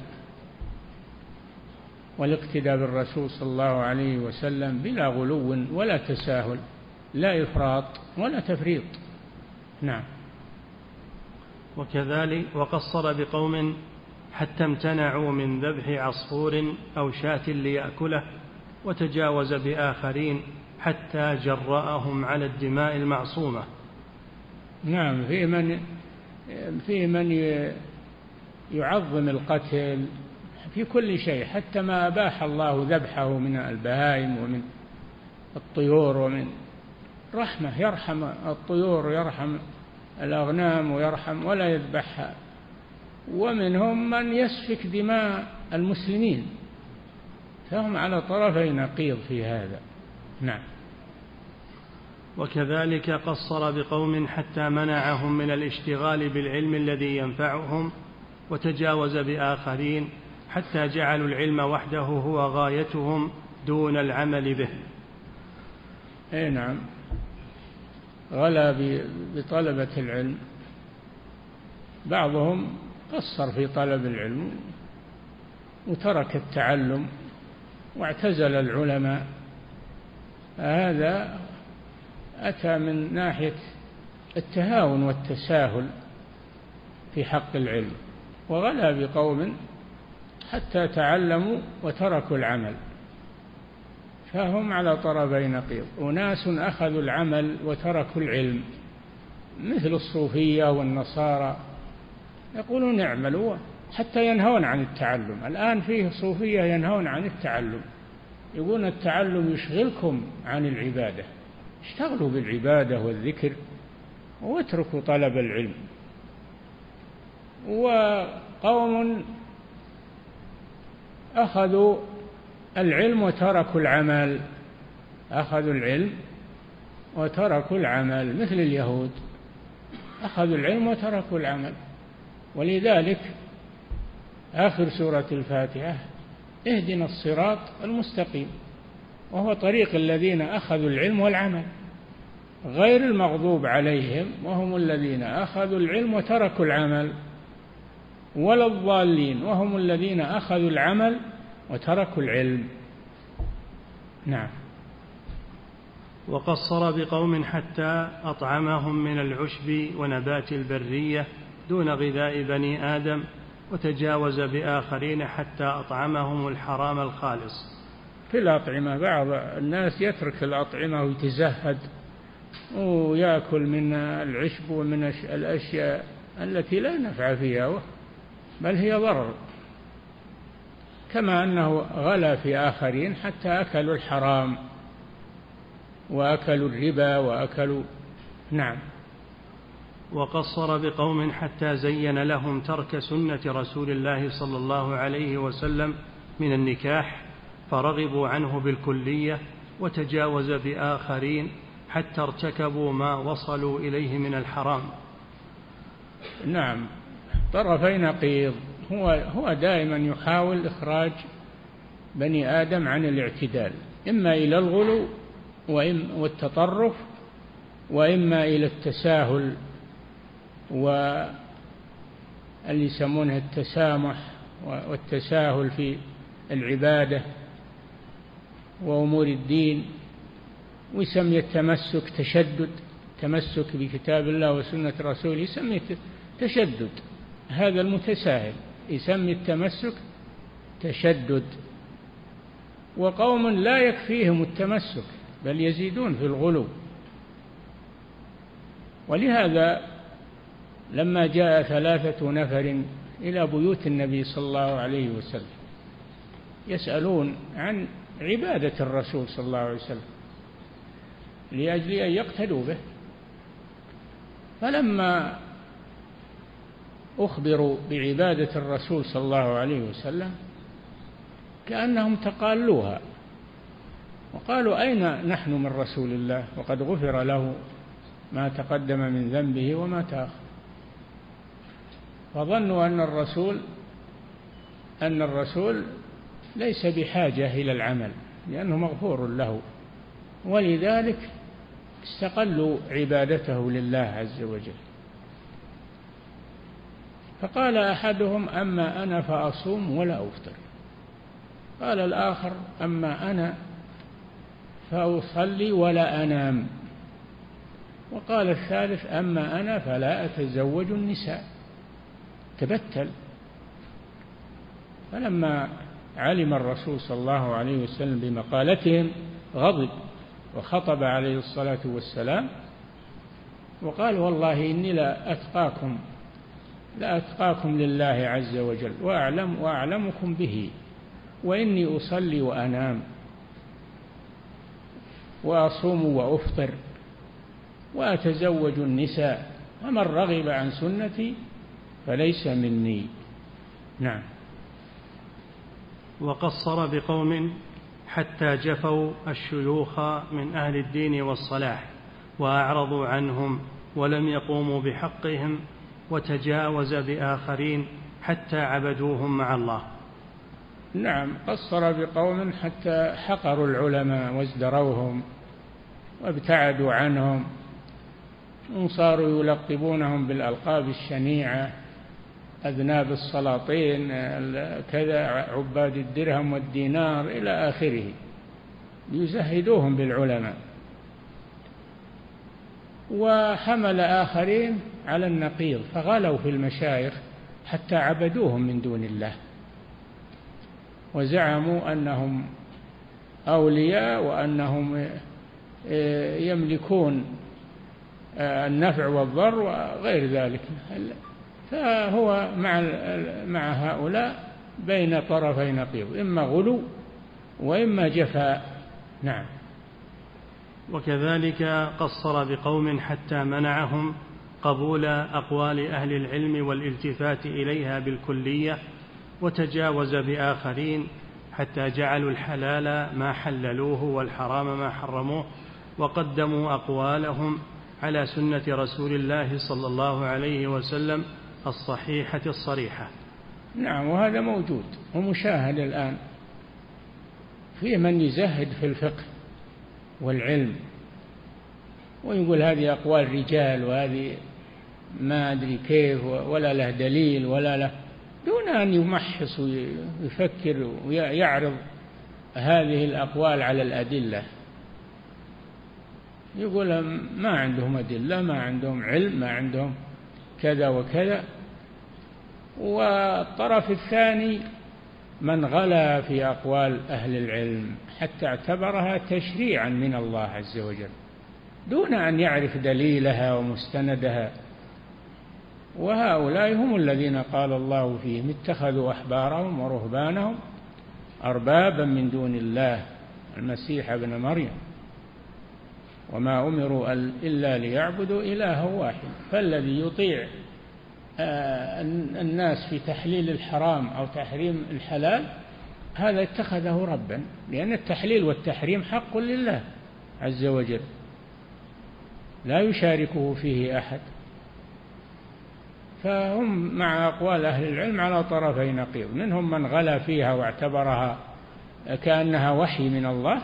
والاقتداء بالرسول صلى الله عليه وسلم بلا غلو ولا تساهل، لا إفراط ولا تفريط. نعم. وكذلك وقصر بقوم حتى امتنعوا من ذبح عصفور أو شاة ليأكله، وتجاوز بآخرين حتى جرأهم على الدماء المعصومة. نعم. في من في من يعظم القتل في كل شيء، حتى ما أباح الله ذبحه من البهائم ومن الطيور، ومن رحمة يرحم الطيور ويرحم الأغنام ويرحم ولا يذبحها. ومنهم من يسفك دماء المسلمين، فهم على طرفي نقيض في هذا. نعم. وكذلك قصر بقوم حتى منعهم من الاشتغال بالعلم الذي ينفعهم، وتجاوز بآخرين حتى جعلوا العلم وحده هو غايتهم دون العمل به. أي نعم. غلا بطلبة العلم، بعضهم قصر في طلب العلم وترك التعلم واعتزل العلماء. هذا أتى من ناحية التهاون والتساهل في حق العلم. وغلا بقوم حتى تعلموا وتركوا العمل، فهم على طرفي نقيض. أناس أخذوا العمل وتركوا العلم مثل الصوفية والنصارى، يقولون اعملوا حتى ينهون عن التعلم. الآن فيه صوفية ينهون عن التعلم، يقولون التعلم يشغلكم عن العبادة، اشتغلوا بالعبادة والذكر واتركوا طلب العلم. وقوم أخذوا العلم وتركوا العمل، أخذوا العلم وتركوا العمل مثل اليهود، أخذوا العلم وتركوا العمل. ولذلك آخر سورة الفاتحة اهدنا الصراط المستقيم، وهو طريق الذين أخذوا العلم والعمل، غير المغضوب عليهم وهم الذين أخذوا العلم وتركوا العمل، ولا الضالين وهم الذين أخذوا العمل وتركوا العلم. نعم. وقصر بقوم حتى أطعمهم من العشب ونبات البرية دون غذاء بني آدم، وتجاوز بآخرين حتى أطعمهم الحرام الخالص. في الأطعمة بعض الناس يترك الأطعمة ويتزهد ويأكل من العشب ومن الأشياء التي لا نفع فيها بل هي ضرر، كما أنه غلا في آخرين حتى أكلوا الحرام وأكلوا الربا وأكلوا. نعم. وقصر بقوم حتى زين لهم ترك سنة رسول الله صلى الله عليه وسلم من النكاح فرغبوا عنه بالكلية، وتجاوز بآخرين حتى ارتكبوا ما وصلوا إليه من الحرام. نعم، طرفي نقيض. هو هو دائما يحاول إخراج بني آدم عن الاعتدال، إما إلى الغلو والتطرف، وإما إلى التساهل واللي يسمونه التسامح والتساهل في العبادة وأمور الدين، ويسمي التمسك تشدد، تمسك بكتاب الله وسنة رسوله يسمي تشدد. هذا المتساهل يسمي التمسك تشدد. وقوم لا يكفيهم التمسك بل يزيدون في الغلو. ولهذا لما جاء ثلاثة نفر إلى بيوت النبي صلى الله عليه وسلم يسألون عن عبادة الرسول صلى الله عليه وسلم لأجل أن يقتدوا به، فلما أخبروا بعبادة الرسول صلى الله عليه وسلم كأنهم تقالوها وقالوا أين نحن من رسول الله وقد غفر له ما تقدم من ذنبه وما تأخر. فظنوا أن الرسول أن الرسول ليس بحاجة إلى العمل لأنه مغفور له، ولذلك استقلوا عبادته لله عز وجل. فقال أحدهم أما أنا فأصوم ولا أفطر، قال الآخر أما أنا فأصلي ولا أنام، وقال الثالث أما أنا فلا أتزوج النساء. تبتل. فلما علم الرسول صلى الله عليه وسلم بمقالتهم غضب وخطب عليه الصلاة والسلام وقال والله إني لا أتقاكم لا أتقاكم لله عز وجل وأعلم وأعلمكم به، وإني أصلي وأنام وأصوم وأفطر وأتزوج النساء، ومن رغب عن سنتي فليس مني. نعم. وقصر بقوم حتى جفوا الشيوخ من أهل الدين والصلاح وأعرضوا عنهم ولم يقوموا بحقهم، وتجاوز بآخرين حتى عبدوهم مع الله. نعم، قصر بقوم حتى حقروا العلماء وازدروهم وابتعدوا عنهم، وصاروا يلقبونهم بالألقاب الشنيعة، أذناب السلاطين كذا، عباد الدرهم والدينار إلى آخره، ليزهدوهم بالعلماء. وحمل آخرين على النقيض فغلوا في المشايخ حتى عبدوهم من دون الله، وزعموا أنهم أولياء وأنهم يملكون النفع والضر وغير ذلك. فهو مع مع هؤلاء بين طرفي نقيض، إما غلو وإما جفاء. نعم. وكذلك قصر بقوم حتى منعهم قبول أقوال أهل العلم والالتفات إليها بالكلية، وتجاوز بآخرين حتى جعلوا الحلال ما حللوه والحرام ما حرموه، وقدموا أقوالهم على سنة رسول الله صلى الله عليه وسلم الصحيحة الصريحة. نعم، وهذا موجود ومشاهد الآن، في من يزهد في الفقه والعلم ويقول هذه أقوال رجال وهذه ما أدري كيف ولا له دليل ولا له، دون أن يمحص ويفكر ويعرض هذه الأقوال على الأدلة. يقول ما عندهم أدلة، ما عندهم علم، ما عندهم كذا وكذا. والطرف الثاني من غلا في أقوال أهل العلم حتى اعتبرها تشريعا من الله عز وجل دون أن يعرف دليلها ومستندها. وهؤلاء هم الذين قال الله فيهم اتخذوا أحبارهم ورهبانهم أربابا من دون الله المسيح ابن مريم وما أمروا إلا ليعبدوا إلها واحد. فالذي يطيع الناس في تحليل الحرام أو تحريم الحلال هذا اتخذه ربا، لأن التحليل والتحريم حق لله عز وجل لا يشاركه فيه أحد. فهم مع أقوال أهل العلم على طرفي نقيض، منهم من غلا فيها واعتبرها كأنها وحي من الله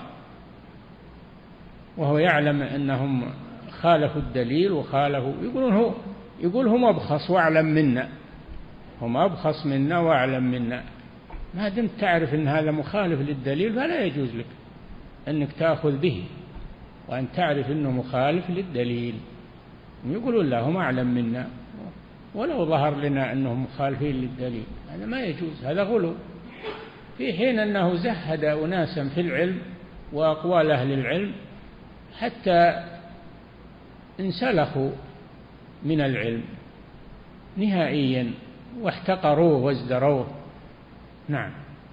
وهو يعلم أنهم خالفوا الدليل وخالفوا، يقولون هو يقول هم أبخص وأعلم منا، هم أبخص منا وأعلم منا. ما دمت تعرف أن هذا مخالف للدليل فلا يجوز لك أنك تأخذ به، وأن تعرف أنه مخالف للدليل. يقولون لا هم أعلم منا ولو ظهر لنا أنهم مخالفين للدليل، هذا ما يجوز، هذا غلو، في حين أنه زهد أناسا في العلم وأقوال أهل العلم حتى انسلخوا من العلم نهائيا واحتقروه وازدروه. نعم.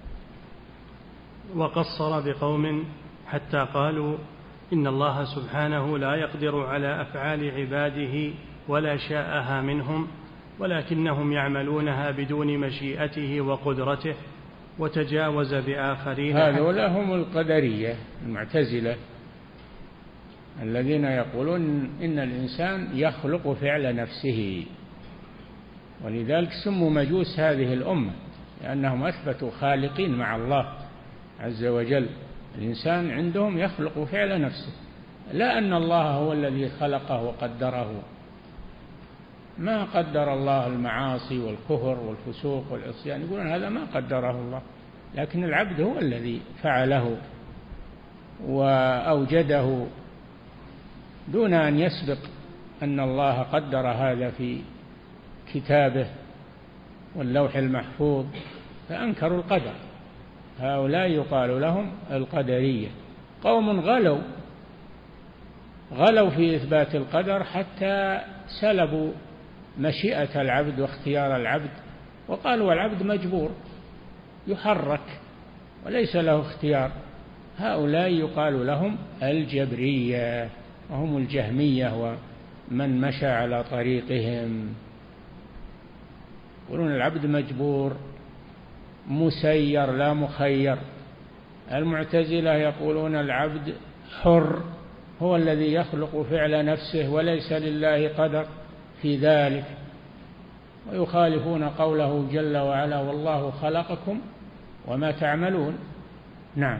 وقصر بقوم حتى قالوا إن الله سبحانه لا يقدر على أفعال عباده ولا شاءها منهم، ولكنهم يعملونها بدون مشيئته وقدرته. وتجاوز بآخرين. هؤلاء هم القدرية المعتزلة الذين يقولون إن الإنسان يخلق فعل نفسه، ولذلك سموا مجوس هذه الأمة لأنهم أثبتوا خالقين مع الله عز وجل. الإنسان عندهم يخلق فعل نفسه، لا أن الله هو الذي خلقه وقدره. ما قدر الله المعاصي والكفر والفسوق والعصيان، يقولون هذا ما قدره الله، لكن العبد هو الذي فعله وأوجده دون أن يسبق أن الله قدر هذا في كتابه واللوح المحفوظ، فأنكروا القدر. هؤلاء يقال لهم القدرية، قوم غلوا غلوا في إثبات القدر حتى سلبوا مشيئة العبد واختيار العبد، وقالوا العبد مجبور يحرك وليس له اختيار. هؤلاء يقال لهم الجبرية، وهم الجهمية ومن مشى على طريقهم، يقولون العبد مجبور مسير لا مخير. المعتزلة يقولون العبد حر، هو الذي يخلق فعل نفسه وليس لله قدر في ذلك، ويخالفون قوله جل وعلا والله خلقكم وما تعملون. نعم.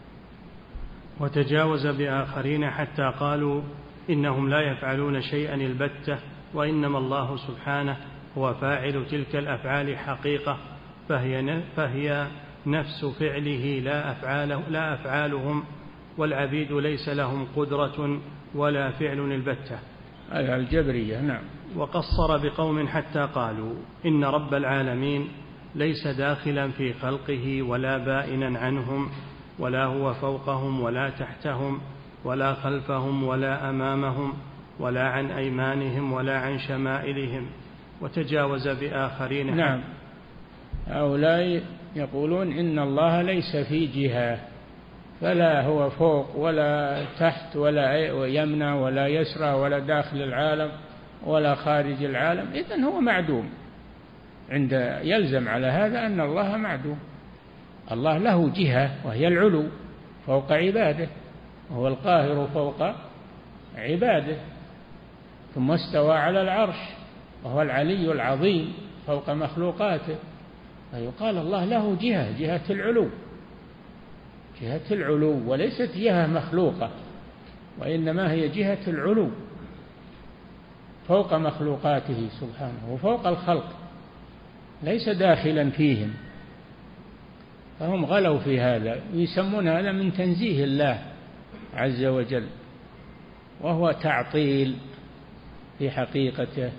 وتجاوز بآخرين حتى قالوا إنهم لا يفعلون شيئا البتة، وإنما الله سبحانه هو فاعل تلك الأفعال حقيقة، فهي, فهي نفس فعله لا, أفعاله لا أفعالهم، والعبيد ليس لهم قدرة ولا فعل البتة. هذا الجبرية. نعم. وقصر بقوم حتى قالوا إن رب العالمين ليس داخلا في خلقه ولا بائنا عنهم، ولا هو فوقهم ولا تحتهم ولا خلفهم ولا أمامهم ولا عن أيمانهم ولا عن شمائلهم، وتجاوز بآخرين. نعم، هؤلاء يقولون إن الله ليس في جهة، فلا هو فوق ولا تحت ولا يمنى ولا يسرى ولا داخل العالم ولا خارج العالم، إذن هو معدوم. عند يلزم على هذا أن الله معدوم. الله له جهة وهي العلو فوق عباده، وهو القاهر فوق عباده، ثم استوى على العرش وهو العلي العظيم فوق مخلوقاته. فيقال الله له جهة، جهة العلو، جهة العلو، وليست جهة مخلوقة، وإنما هي جهة العلو فوق مخلوقاته سبحانه وفوق الخلق، ليس داخلا فيهم. فهم غلوا في هذا، يسمون هذا من تنزيه الله عز وجل، وهو تعطيل في حقيقته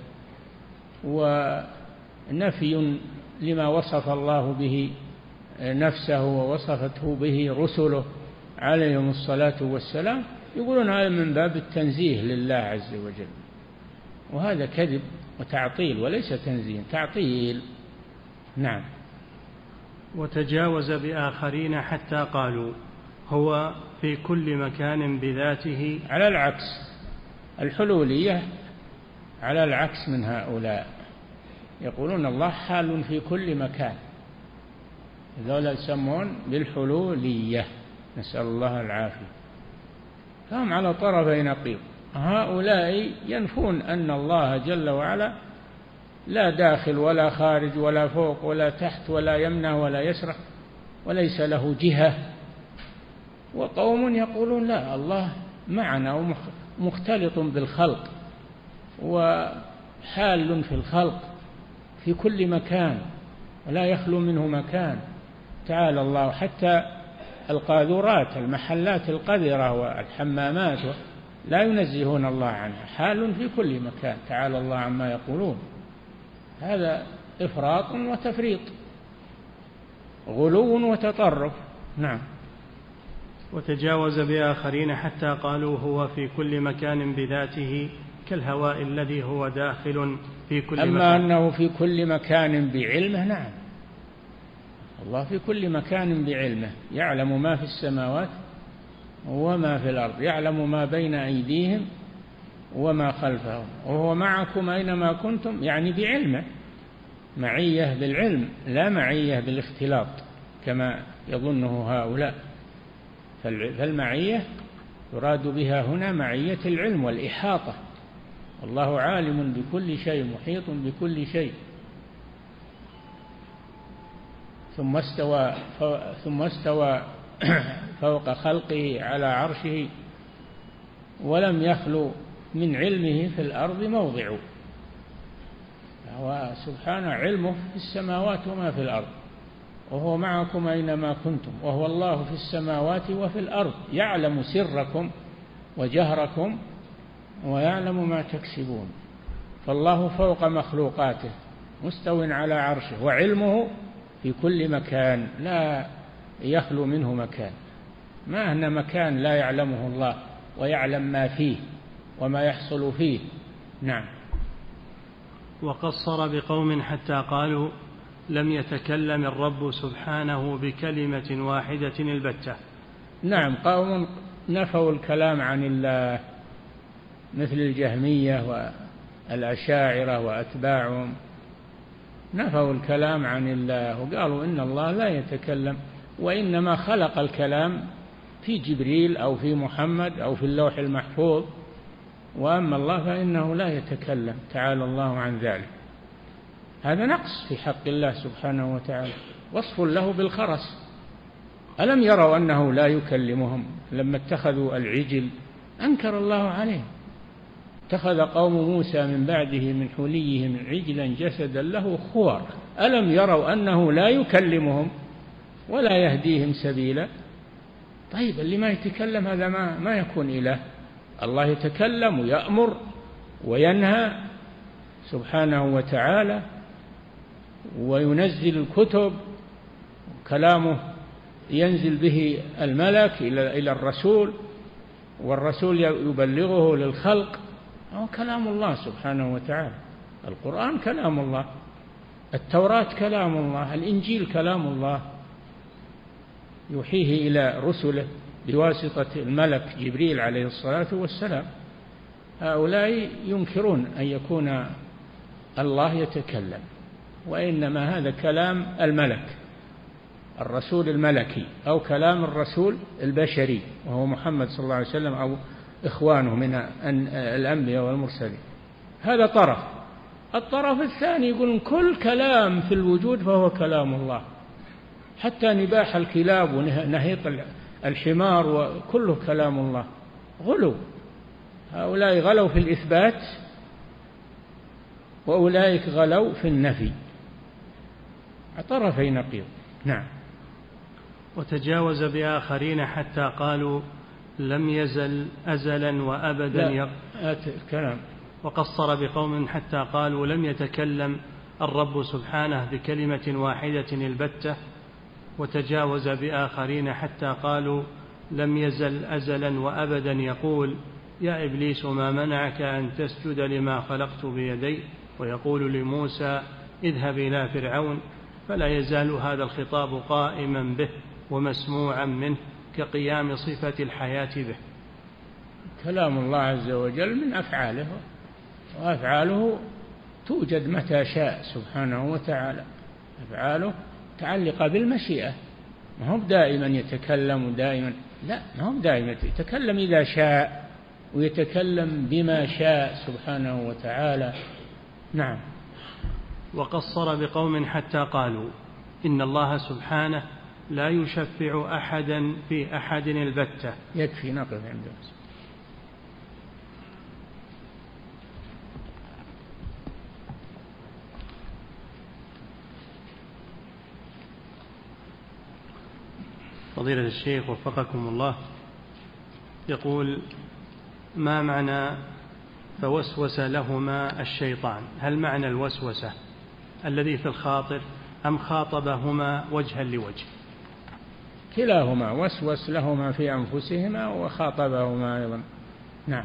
ونفي لما وصف الله به نفسه ووصفته به رسله عليهم الصلاة والسلام. يقولون هذا من باب التنزيه لله عز وجل، وهذا كذب وتعطيل وليس تنزيه، تعطيل. نعم. وتجاوز بآخرين حتى قالوا هو في كل مكان بذاته. على العكس، الحلولية على العكس من هؤلاء، يقولون الله حال في كل مكان، ذولا يسمون بالحلولية، نسأل الله العافية. فهم على طرفي نقيض. هؤلاء ينفون أن الله جل وعلا لا داخل ولا خارج ولا فوق ولا تحت ولا يمنى ولا يسرى وليس له جهة، وقوم يقولون لا، الله معنا ومختلط بالخلق وحال في الخلق في كل مكان ولا يخلو منه مكان. تعالى الله، حتى القاذورات، المحلات القذرة والحمامات لا ينزهون الله عنها، حال في كل مكان. تعالى الله عما يقولون. هذا إفراط وتفريط، غلو وتطرف. نعم. وتجاوز بآخرين حتى قالوا هو في كل مكان بذاته كالهواء الذي هو داخل في كل أما مكان. أما أنه في كل مكان بعلمه، نعم، الله في كل مكان بعلمه، يعلم ما في السماوات وما في الأرض، يعلم ما بين أيديهم وما خلفهم، وهو معكم أينما كنتم، يعني بعلمه، معية بالعلم لا معية بالاختلاط كما يظنه هؤلاء. فالمعية يراد بها هنا معية العلم والإحاطة، والله عالم بكل شيء محيط بكل شيء. ثم استوى ثم استوى فوق خلقه على عرشه ولم يخلو من علمه في الأرض موضع. هو سبحانه علمه في السماوات وما في الأرض، وهو معكم أينما كنتم، وهو الله في السماوات وفي الأرض، يعلم سركم وجهركم ويعلم ما تكسبون. فالله فوق مخلوقاته مستو على عرشه، وعلمه في كل مكان لا يخلو منه مكان، ما هنا مكان لا يعلمه الله ويعلم ما فيه وما يحصل فيه. نعم. وقصر بقوم حتى قالوا لم يتكلم الرب سبحانه بكلمة واحدة البتة. نعم، قوم نفوا الكلام عن الله مثل الجهمية والأشاعرة وأتباعهم، نفوا الكلام عن الله وقالوا إن الله لا يتكلم، وإنما خلق الكلام في جبريل أو في محمد أو في اللوح المحفوظ، وأما الله فإنه لا يتكلم، تعالى الله عن ذلك. هذا نقص في حق الله سبحانه وتعالى، وصف له بالخرس. ألم يروا أنه لا يكلمهم؟ لما اتخذوا العجل أنكر الله عليهم. اتخذ قوم موسى من بعده من حليهم عجلا جسدا له خوار، ألم يروا أنه لا يكلمهم ولا يهديهم سبيلا؟ طيب اللي ما يتكلم هذا ما, ما يكون إله. الله يتكلم ويأمر وينهى سبحانه وتعالى، وينزل الكتب، كلامه ينزل به الملك إلى الرسول، والرسول يبلغه للخلق، هو كلام الله سبحانه وتعالى. القرآن كلام الله، التوراة كلام الله، الإنجيل كلام الله يوحيه إلى رسله بواسطة الملك جبريل عليه الصلاة والسلام. هؤلاء ينكرون أن يكون الله يتكلم، وإنما هذا كلام الملك، الرسول الملكي، أو كلام الرسول البشري وهو محمد صلى الله عليه وسلم أو إخوانه من الأنبياء والمرسلين. هذا طرف. الطرف الثاني يقول كل كلام في الوجود فهو كلام الله، حتى نباح الكلاب ونهيط الحمار وكله كلام الله. غلو، هؤلاء غلوا في الإثبات وأولئك غلوا في النفي، طرفي نقيض. نعم. وتجاوز بآخرين حتى قالوا لم يزل أزلا وأبدا يق... كلام. وقصر بقوم حتى قالوا لم يتكلم الرب سبحانه بكلمة واحدة البتة. وتجاوز بآخرين حتى قالوا لم يزل أزلا وأبدا يقول يا إبليس ما منعك أن تسجد لما خلقت بيدي، ويقول لموسى اذهب إلى فرعون، فلا يزال هذا الخطاب قائما به ومسموعا منه كقيام صفة الحياة به. كلام الله عز وجل من أفعاله، وأفعاله توجد متى شاء سبحانه وتعالى، أفعاله متعلقة بالمشيئة، ما هو دائما يتكلم دائما، لا، ما هو دائما يتكلم إذا شاء، ويتكلم بما شاء سبحانه وتعالى. نعم. وقصر بقوم حتى قالوا إن الله سبحانه لا يشفع أحدا في أحد البتة. يكفي نقف عنده. فضيلة الشيخ وفقكم الله، يقول ما معنى فوسوس لهما الشيطان؟ هل معنى الوسوسة الذي في الخاطر أم خاطبهما وجها لوجه؟ كلاهما، وسوس لهما في أنفسهما وخاطبهما أيضا. نعم.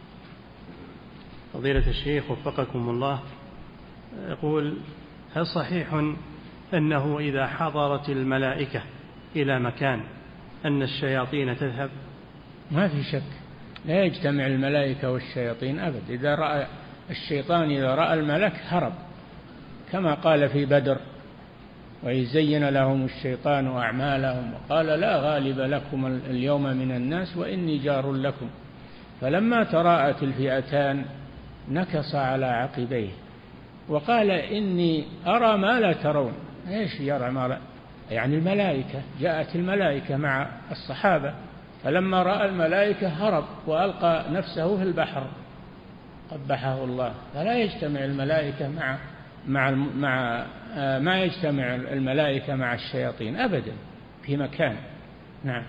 فضيلة الشيخ وفقكم الله، يقول هل صحيح أنه إذا حضرت الملائكة إلى مكان أن الشياطين تذهب؟ ما في شك، لا يجتمع الملائكة والشياطين أبد. إذا رأى الشيطان إذا رأى الملك هرب، كما قال في بدر وإذ زين لهم الشيطان أعمالهم وقال لا غالب لكم اليوم من الناس وإني جار لكم، فلما تراءت الفئتان نكص على عقبيه وقال إني أرى ما لا ترون. إيش يرى ما لا؟ يعني الملائكة، جاءت الملائكة مع الصحابة، فلما رأى الملائكة هرب وألقى نفسه في البحر قبحه الله. فلا يجتمع الملائكة مع مع مع ما يجتمع الملائكة مع الشياطين أبدا في مكان. نعم.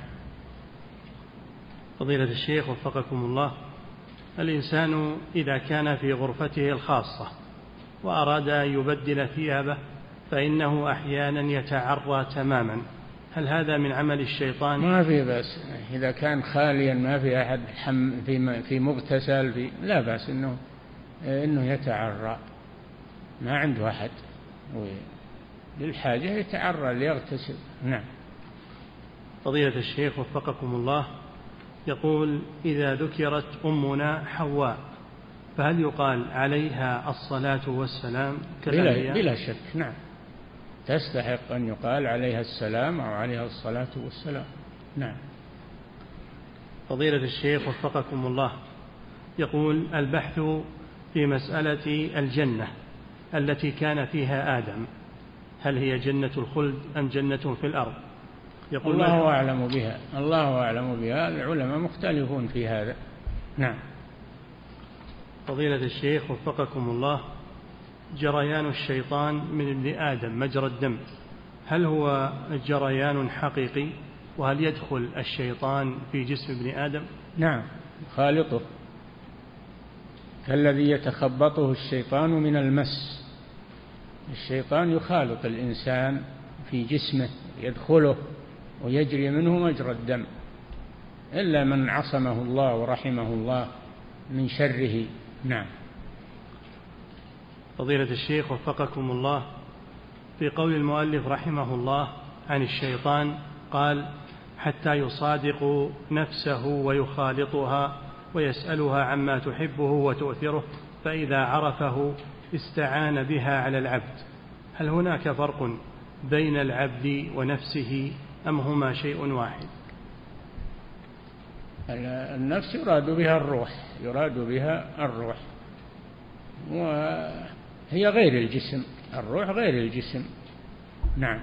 فضيلة الشيخ وفقكم الله، الإنسان إذا كان في غرفته الخاصة وأراد أن يبدل ثيابه فإنه أحيانا يتعرى تماما، هل هذا من عمل الشيطان؟ ما في بأس إذا كان خاليا، ما في أحد في في مغتسل في، لا بأس إنه إنه يتعرى، ما عنده أحد للحاجة يتعرى ليغتسل. نعم. فضيلة الشيخ وفقكم الله، يقول إذا ذكرت أمنا حواء فهل يقال عليها الصلاة والسلام؟ بلا, بلا شك. نعم، تستحق أن يقال عليها السلام أو عليها الصلاة والسلام. نعم. فضيلة الشيخ وفقكم الله، يقول البحث في مسألة الجنة التي كان فيها آدم، هل هي جنة الخلد أم جنة في الأرض؟ يقول الله أعلم بها، الله أعلم بها، العلماء مختلفون في هذا. نعم. فضيلة الشيخ وفقكم الله، جريان الشيطان من ابن آدم مجرى الدم، هل هو جريان حقيقي؟ وهل يدخل الشيطان في جسم ابن آدم؟ نعم، خالطه كالذي يتخبطه الشيطان من المس. الشيطان يخالط الإنسان في جسمه، يدخله ويجري منه مجرى الدم، إلا من عصمه الله ورحمه الله من شره. نعم. فضيلة الشيخ وفقكم الله، في قول المؤلف رحمه الله عن الشيطان قال: حتى يصادق نفسه ويخالطها ويسألها عما تحبه وتؤثره، فإذا عرفه استعان بها على العبد. هل هناك فرق بين العبد ونفسه أم هما شيء واحد؟ النفس يراد بها الروح، يراد بها الروح، وهي غير الجسم، الروح غير الجسم. نعم.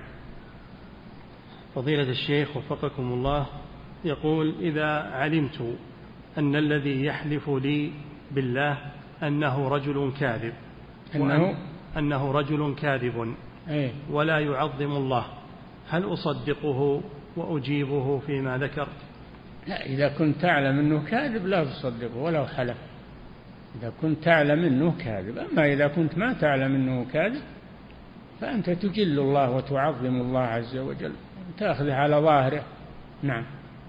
فضيلة الشيخ وفقكم الله يقول: إذا علمت أن الذي يحلف لي بالله أنه رجل كاذب أنه, أنه رجل كاذب أيه؟ ولا يعظم الله، هل أصدقه وأجيبه فيما ذكر؟ لا، إذا كنت تعلم أنه كاذب لا تصدقه ولو حلف، إذا كنت تعلم أنه كاذب. أما إذا كنت ما تعلم أنه كاذب فأنت تجل الله وتعظم الله عز وجل، تأخذه على ظاهره. نعم.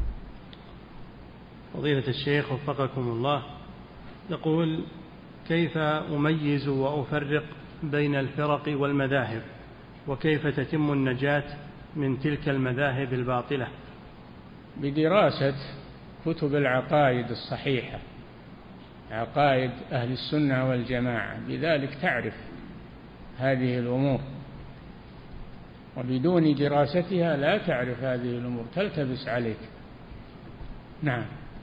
فضيلة الشيخ وفقكم الله يقول: كيف أميز وأفرق بين الفرق والمذاهب، وكيف تتم النجاة من تلك المذاهب الباطلة؟ بدراسة كتب العقائد الصحيحة، عقائد أهل السنة والجماعة، بذلك تعرف هذه الأمور، وبدون دراستها لا تعرف هذه الأمور، تلتبس عليك. نعم.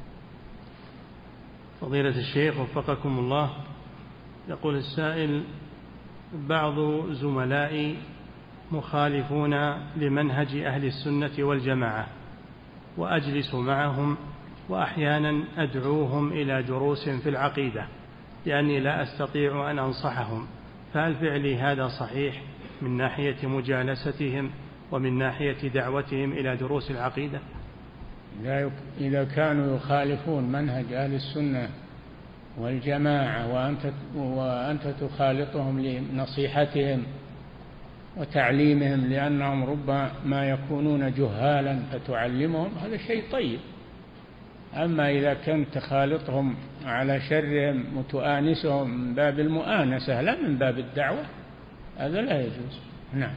فضيلة الشيخ وفقكم الله يقول السائل: بعض زملائي مخالفون لمنهج أهل السنة والجماعة، وأجلس معهم وأحيانا أدعوهم إلى دروس في العقيدة لأني لا أستطيع أن أنصحهم، فهل فعلي هذا صحيح من ناحية مجالستهم ومن ناحية دعوتهم إلى دروس العقيدة؟ إذا كانوا يخالفون منهج أهل السنة والجماعة وأنت, وأنت تخالطهم لنصيحتهم وتعليمهم لأنهم ربما يكونون جهالا فتعلمهم، هذا شيء طيب. أما إذا كنت تخالطهم على شرهم وتؤانسهم من باب المؤانسة لا من باب الدعوة، هذا لا يجوز. نعم.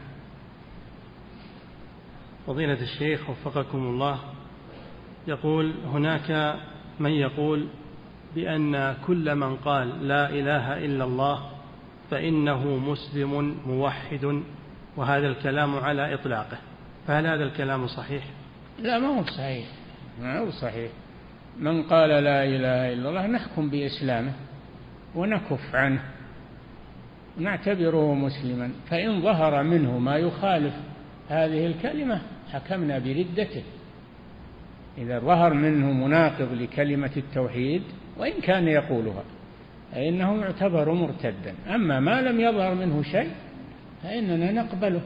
فضيلة الشيخ وفقكم الله يقول: هناك من يقول بأن كل من قال لا إله إلا الله فإنه مسلم موحد، وهذا الكلام على إطلاقه، فهل هذا الكلام صحيح؟ لا، ما هو صحيح، ما هو صحيح. من قال لا إله إلا الله نحكم بإسلامه ونكف عنه نعتبره مسلما، فإن ظهر منه ما يخالف هذه الكلمة حكمنا بردته. إذا ظهر منه مناقض لكلمة التوحيد وإن كان يقولها فإنه يعتبر مرتدا. أما ما لم يظهر منه شيء فإننا نقبله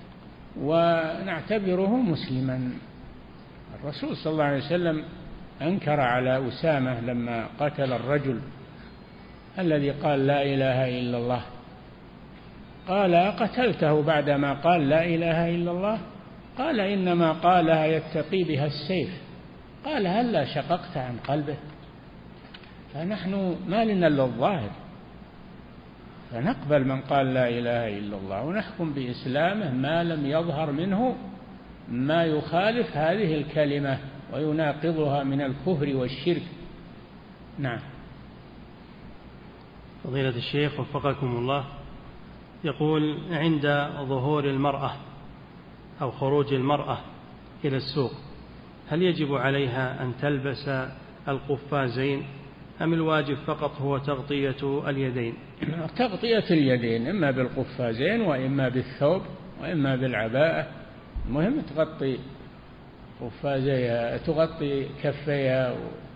ونعتبره مسلما. الرسول صلى الله عليه وسلم أنكر على أسامة لما قتل الرجل الذي قال لا إله إلا الله، قال: قتلته بعدما قال لا إله إلا الله؟ قال: إنما قالها يتقي بها السيف. قال: هلا شققت عن قلبه؟ فنحن ما لنا إلا الظاهر، فنقبل من قال لا إله إلا الله ونحكم بإسلامه ما لم يظهر منه ما يخالف هذه الكلمة ويناقضها من الكفر والشرك. نعم. فضيلة الشيخ وفقكم الله يقول: عند ظهور المرأة أو خروج المرأة إلى السوق هل يجب عليها أن تلبس القفازين أم الواجب فقط هو تغطية اليدين؟ تغطية اليدين إما بالقفازين وإما بالثوب وإما بالعباءة، المهم تغطي قفازيها، تغطي كفيها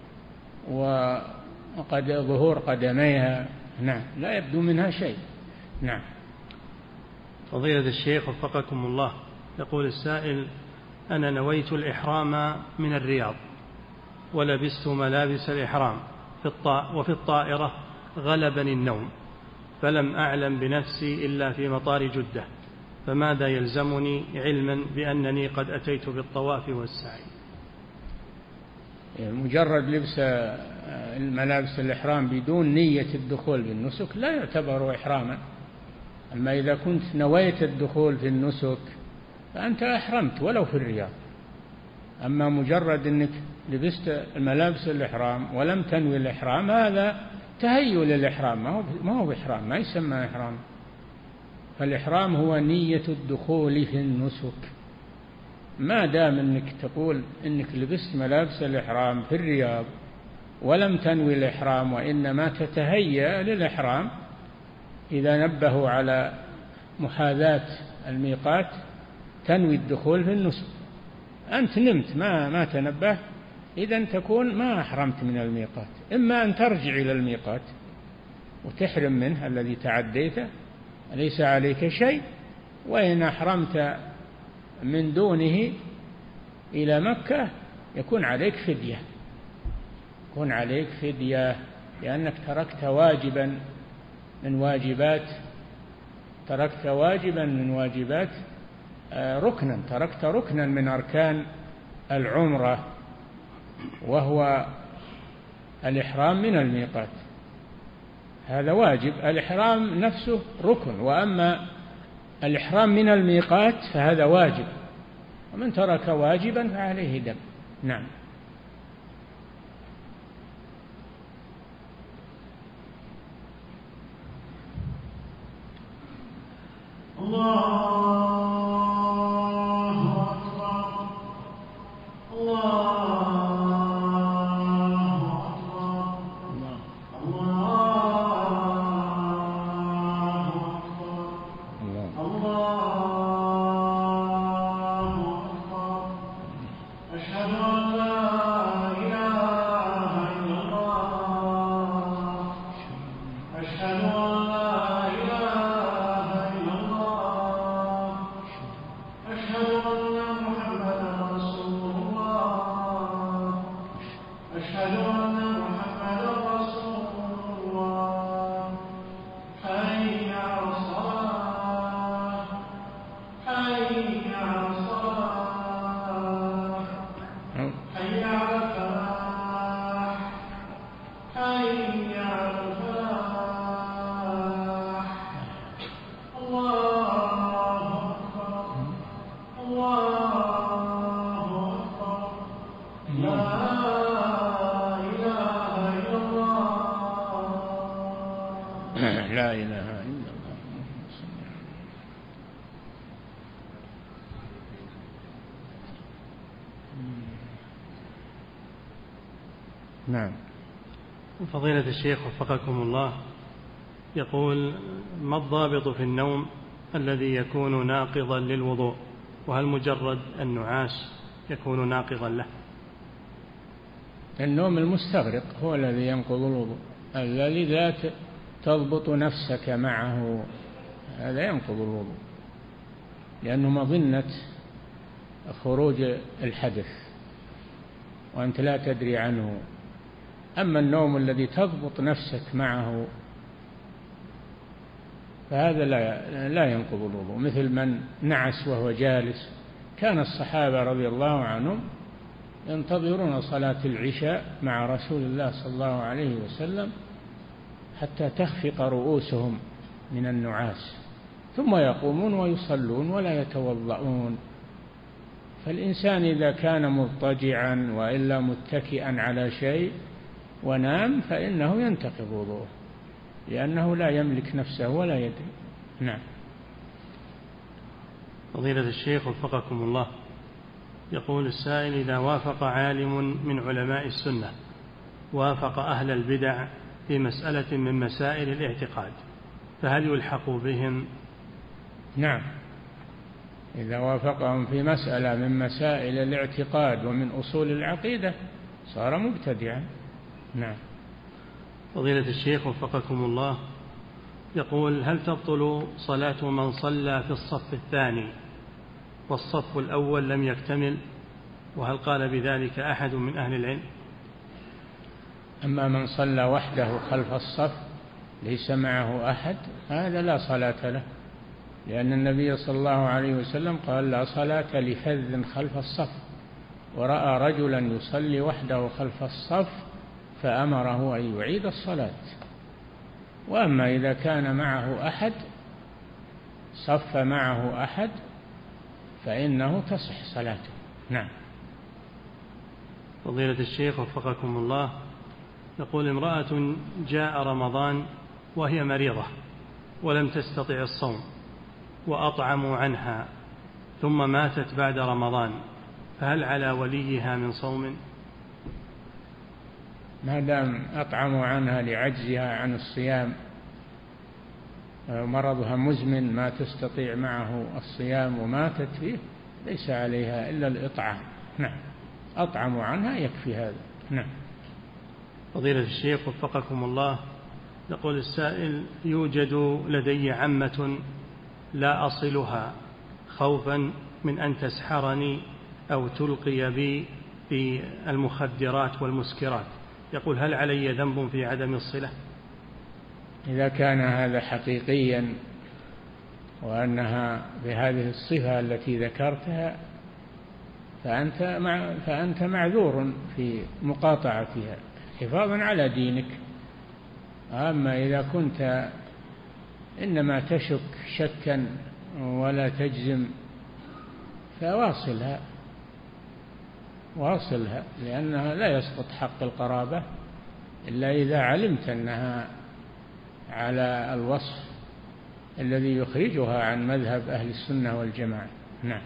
وقد ظهور قدميها. نعم، لا يبدو منها شيء. نعم. فضيلة الشيخ وفقكم الله يقول السائل: أنا نويت الإحرام من الرياض ولبست ملابس الإحرام في الطا وفي الطائرة غلبني النوم، فلم أعلم بنفسي إلا في مطار جدة، فماذا يلزمني علما بأنني قد أتيت بالطواف والسعي؟ مجرد لبس الملابس الإحرام بدون نية الدخول بالنسك لا يعتبر إحراما. أما إذا كنت نويت الدخول في النسك فأنت أحرمت ولو في الرياض. أما مجرد أنك لبست الملابس الإحرام ولم تنوي الإحرام هذا تهيؤ للإحرام، ما هو ما هو إحرام، ما يسمى إحرام. فالإحرام هو نية الدخول في النسك. ما دام أنك تقول أنك لبست ملابس الإحرام في الرياض ولم تنوي الإحرام وإنما تتهيأ للإحرام، إذا نبهوا على محاذاة الميقات تنوي الدخول في النسك. أنت نمت ما ما تنبه، إذا تكون ما أحرمت من الميقات. إما أن ترجع إلى الميقات وتحرم منه الذي تعديته ليس عليك شيء، وإن أحرمت من دونه إلى مكة يكون عليك فدية، يكون عليك فدية لأنك تركت واجبا من واجبات تركت واجبا من واجبات ركنا تركت ركنا من أركان العمرة وهو الإحرام من الميقات. هذا واجب، الإحرام نفسه ركن، وأما الإحرام من الميقات فهذا واجب، ومن ترك واجبا فعليه دم. نعم. الله أكبر الله أكبر الله أكبر الله أكبر. أشهد أن لا إله إلا الله أشهد أن لا إله إلا الله أشهد أن محمدا رسول الله أشهد أن محمدا رسول الله. حي على الصلاة حي على الصلاة حي على الفلاح حي على الفلاح. الله أكبر الله أكبر. لا إله إلا الله. لا إله إلا الله. نعم. فضيلة الشيخ وفقكم الله، يقول: ما الضابط في النوم الذي يكون ناقضا للوضوء، وهل مجرد النعاس يكون ناقضا له؟ النوم المستغرق هو الذي ينقض الوضوء، الذي لا تضبط نفسك معه هذا ينقض الوضوء، لأنه مظنة خروج الحدث وأنت لا تدري عنه. أما النوم الذي تضبط نفسك معه فهذا لا لا ينقض الوضوء، مثل من نعس وهو جالس. كان الصحابة رضي الله عنهم ينتظرون صلاة العشاء مع رسول الله صلى الله عليه وسلم حتى تخفق رؤوسهم من النعاس، ثم يقومون ويصلون ولا يتوضؤون. فالإنسان إذا كان مضطجعا وإلا متكئا على شيء ونام فإنه ينتقض وضوءه، لأنه لا يملك نفسه ولا يدري. نعم. فضيلة الشيخ وفقكم الله، يقول السائل: إذا وافق عالم من علماء السنة وافق أهل البدع في مسألة من مسائل الاعتقاد فهل يلحق بهم؟ نعم، إذا وافقهم في مسألة من مسائل الاعتقاد ومن أصول العقيدة صار مبتدعا. نعم. فضيلة الشيخ وفقكم الله، يقول: هل تبطل صلاة من صلى في الصف الثاني والصف الأول لم يكتمل، وهل قال بذلك أحد من أهل العلم؟ أما من صلى وحده خلف الصف ليس معه أحد هذا لا صلاة له، لأن النبي صلى الله عليه وسلم قال لا صلاة لفذ خلف الصف، ورأى رجلا يصلي وحده خلف الصف فأمره أن يعيد الصلاة. وأما إذا كان معه أحد، صف معه أحد، فإنه تصح صلاته. نعم. فضيلة الشيخ وفقكم الله، يقول امرأة جاء رمضان وهي مريضة ولم تستطع الصوم وأطعموا عنها ثم ماتت بعد رمضان، فهل على وليها من صوم؟ ما دام أطعموا عنها لعجزها عن الصيام، مرضها مزمن ما تستطيع معه الصيام وماتت فيه، ليس عليها إلا الإطعام. نعم، أطعموا عنها يكفي هذا. نعم. فضيلة الشيخ وفقكم الله، يقول السائل يوجد لدي عمة لا أصلها خوفا من أن تسحرني أو تلقي بي في المخدرات والمسكرات، يقول هل علي ذنب في عدم الصلة؟ إذا كان هذا حقيقيا وأنها بهذه الصفة التي ذكرتها فأنت, مع فأنت معذور في مقاطعتها حفاظا على دينك. أما إذا كنت إنما تشك شكا ولا تجزم فواصلها واصلها، لأنها لا يسقط حق القرابة إلا إذا علمت أنها على الوصف الذي يخرجها عن مذهب أهل السنة والجماعة. نعم.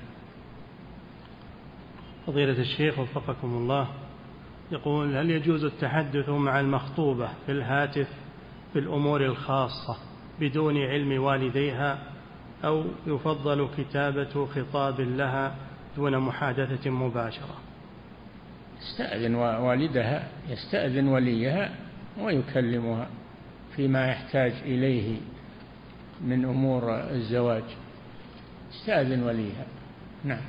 فضيلة الشيخ وفقكم الله، يقول هل يجوز التحدث مع المخطوبة في الهاتف في الأمور الخاصة بدون علم والديها، أو يفضل كتابة خطاب لها دون محادثة مباشرة؟ يستأذن والدها، يستأذن وليها ويكلمها فيما يحتاج إليه من أمور الزواج، يستأذن وليها. نعم.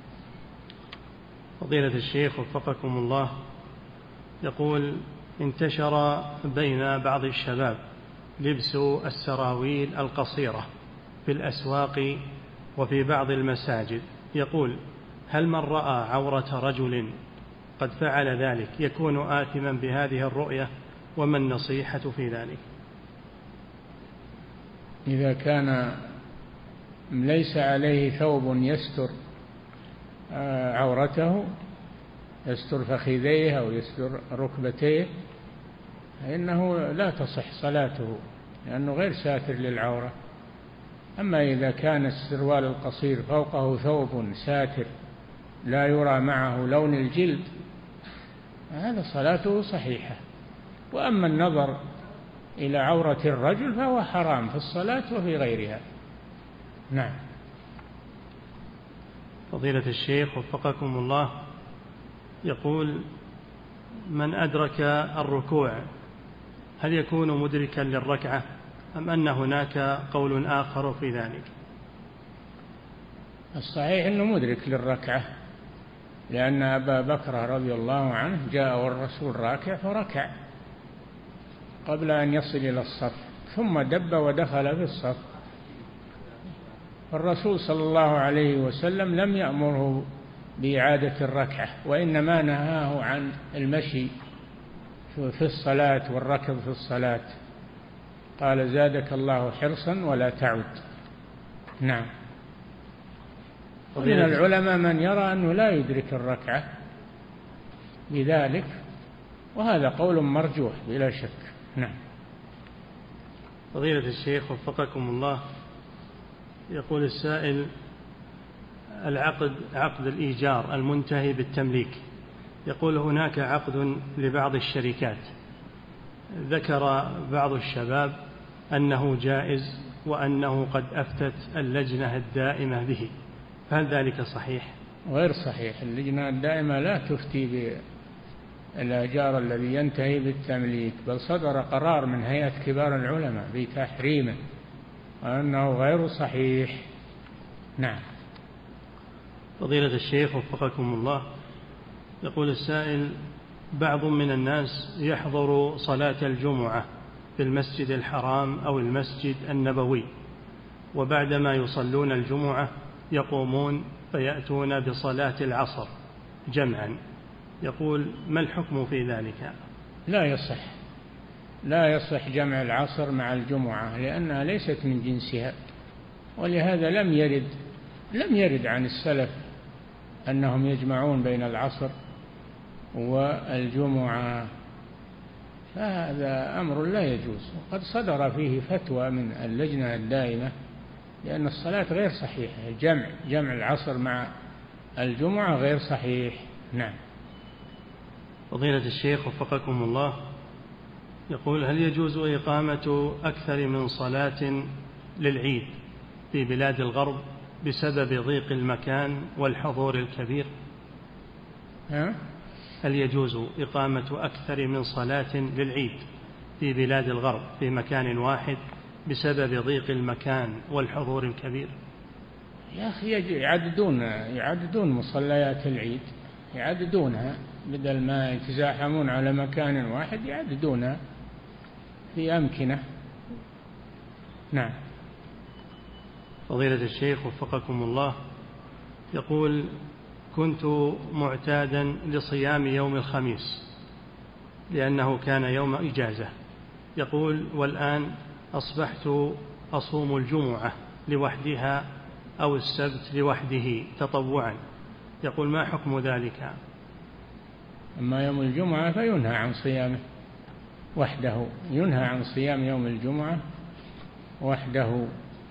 فضيلة الشيخ وفقكم الله، يقول انتشر بين بعض الشباب لبس السراويل القصيرة في الأسواق وفي بعض المساجد، يقول هل من رأى عورة رجل قد فعل ذلك يكون آثما بهذه الرؤية، وما النصيحة في ذلك؟ إذا كان ليس عليه ثوب يستر عورته، يستر فخذيه أو يستر ركبتيه، فإنه لا تصح صلاته لأنه غير ساتر للعورة. أما إذا كان السروال القصير فوقه ثوب ساتر لا يرى معه لون الجلد، هذا صلاته صحيحة. وأما النظر إلى عورة الرجل فهو حرام في الصلاة وفي غيرها. نعم. فضيلة الشيخ وفقكم الله، يقول من أدرك الركوع هل يكون مدركا للركعة أم أن هناك قول آخر في ذلك؟ الصحيح أنه مدرك للركعة، لأن أبا بكر رضي الله عنه جاء والرسول راكع فركع قبل أن يصل إلى الصف، ثم دب ودخل في الصف. الرسول صلى الله عليه وسلم لم يأمره بإعادة الركعة، وإنما نهاه عن المشي في الصلاة والركض في الصلاة، قال زادك الله حرصا ولا تعد. نعم. ومن العلماء من يرى أنه لا يدرك الركعة بذلك، وهذا قول مرجوح بلا شك. نعم. فضيلة الشيخ وفقكم الله، يقول السائل العقد عقد الإيجار المنتهي بالتمليك، يقول هناك عقد لبعض الشركات ذكر بعض الشباب أنه جائز وأنه قد أفتت اللجنة الدائمة به، فهل ذلك صحيح؟ غير صحيح. اللجنة الدائمة لا تفتي بالإيجار الذي ينتهي بالتمليك، بل صدر قرار من هيئة كبار العلماء بتحريمه وأنه غير صحيح. نعم. فضيلة الشيخ وفقكم الله، يقول السائل بعض من الناس يحضر صلاة الجمعة في المسجد الحرام أو المسجد النبوي، وبعدما يصلون الجمعة يقومون فيأتون بصلاة العصر جمعا، يقول ما الحكم في ذلك؟ لا يصح لا يصح جمع العصر مع الجمعة لأنها ليست من جنسها، ولهذا لم يرد لم يرد عن السلف أنهم يجمعون بين العصر والجمعة، فهذا أمر لا يجوز، وقد صدر فيه فتوى من اللجنة الدائمة لأن الصلاة غير صحيحة، الجمع جمع العصر مع الجمعة غير صحيح. نعم. فضيلة الشيخ وفقكم الله، يقول هل يجوز إقامة أكثر من صلاة للعيد في بلاد الغرب بسبب ضيق المكان والحضور الكبير؟ ها؟ هل يجوز إقامة أكثر من صلاة للعيد في بلاد الغرب في مكان واحد بسبب ضيق المكان والحضور الكبير؟ يا أخي يعددون يعددون مصليات العيد، يعددونها بدل ما يتزاحمون على مكان واحد يعددونها في أمكنة. نعم. فضيلة الشيخ وفقكم الله، يقول كنت معتادا لصيام يوم الخميس لأنه كان يوم إجازة، يقول والآن أصبحت أصوم الجمعة لوحدها أو السبت لوحده تطوعا، يقول ما حكم ذلك؟ أما يوم الجمعة فينهى عن صيامه وحده، ينهى عن صيام يوم الجمعة وحده،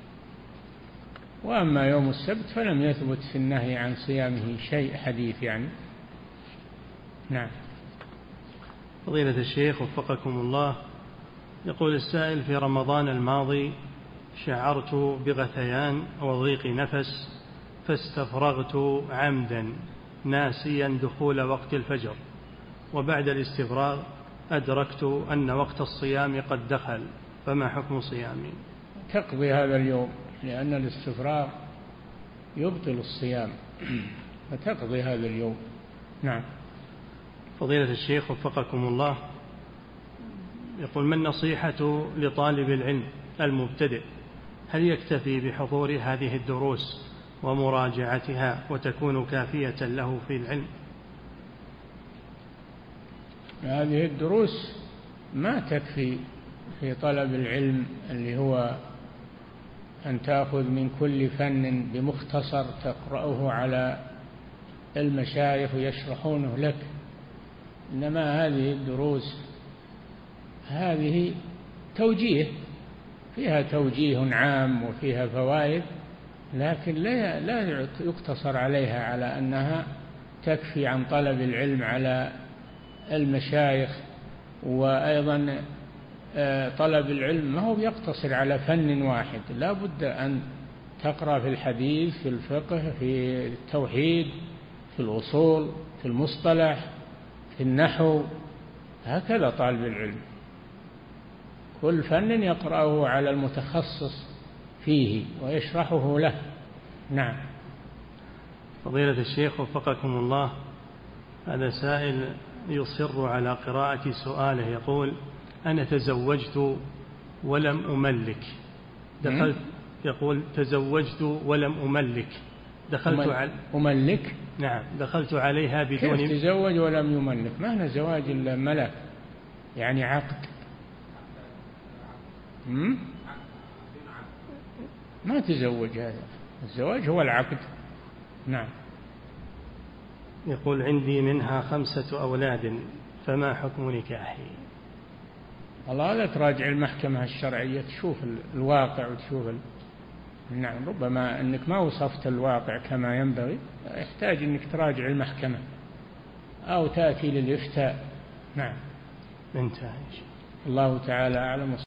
وأما يوم السبت فلم يثبت في النهي عن صيامه شيء حديث يعني. نعم. فضيلة الشيخ وفقكم الله، يقول السائل في رمضان الماضي شعرت بغثيان وضيق نفس فاستفرغت عمدا ناسيا دخول وقت الفجر، وبعد الاستفراغ أدركت أن وقت الصيام قد دخل، فما حكم صيامي؟ تقضي هذا اليوم لأن الاستفراغ يبطل الصيام، فتقضي هذا اليوم. نعم. فضيلة الشيخ وفقكم الله، يقول ما النصيحة لطالب العلم المبتدئ؟ هل يكتفي بحضور هذه الدروس ومراجعتها وتكون كافية له في العلم؟ هذه الدروس ما تكفي في طلب العلم، اللي هو أن تأخذ من كل فن بمختصر تقرأه على المشايخ يشرحونه لك، إنما هذه الدروس هذه توجيه، فيها توجيه عام وفيها فوائد، لكن لا لا يقتصر عليها على أنها تكفي عن طلب العلم على المشايخ. وأيضا طلب العلم ما هو يقتصر على فن واحد، لا بد أن تقرأ في الحديث، في الفقه، في التوحيد، في الأصول، في المصطلح، في النحو، هكذا طالب العلم كل فن يقرأه على المتخصص فيه ويشرحه له. نعم. فضيلة الشيخ وفقكم الله، هذا سائل يصر على قراءة سؤاله، يقول أنا تزوجت ولم أملك دخلت يقول تزوجت ولم أملك دخلت على أملك نعم دخلت عليها بدون كيف تزوج ولم يملك؟ ما هنا زواج إلا ملك، يعني عقد. هم؟ ما تزوج، هذا الزواج هو العقد. نعم. يقول عندي منها خمسة أولاد فما حكم نكاحي؟ الله لا تراجع المحكمة الشرعية تشوف الواقع وتشوف ال... نعم، ربما أنك ما وصفت الواقع كما ينبغي، يحتاج أنك تراجع المحكمة أو تأتي للإفتاء. نعم. انتهى. الله تعالى أعلم.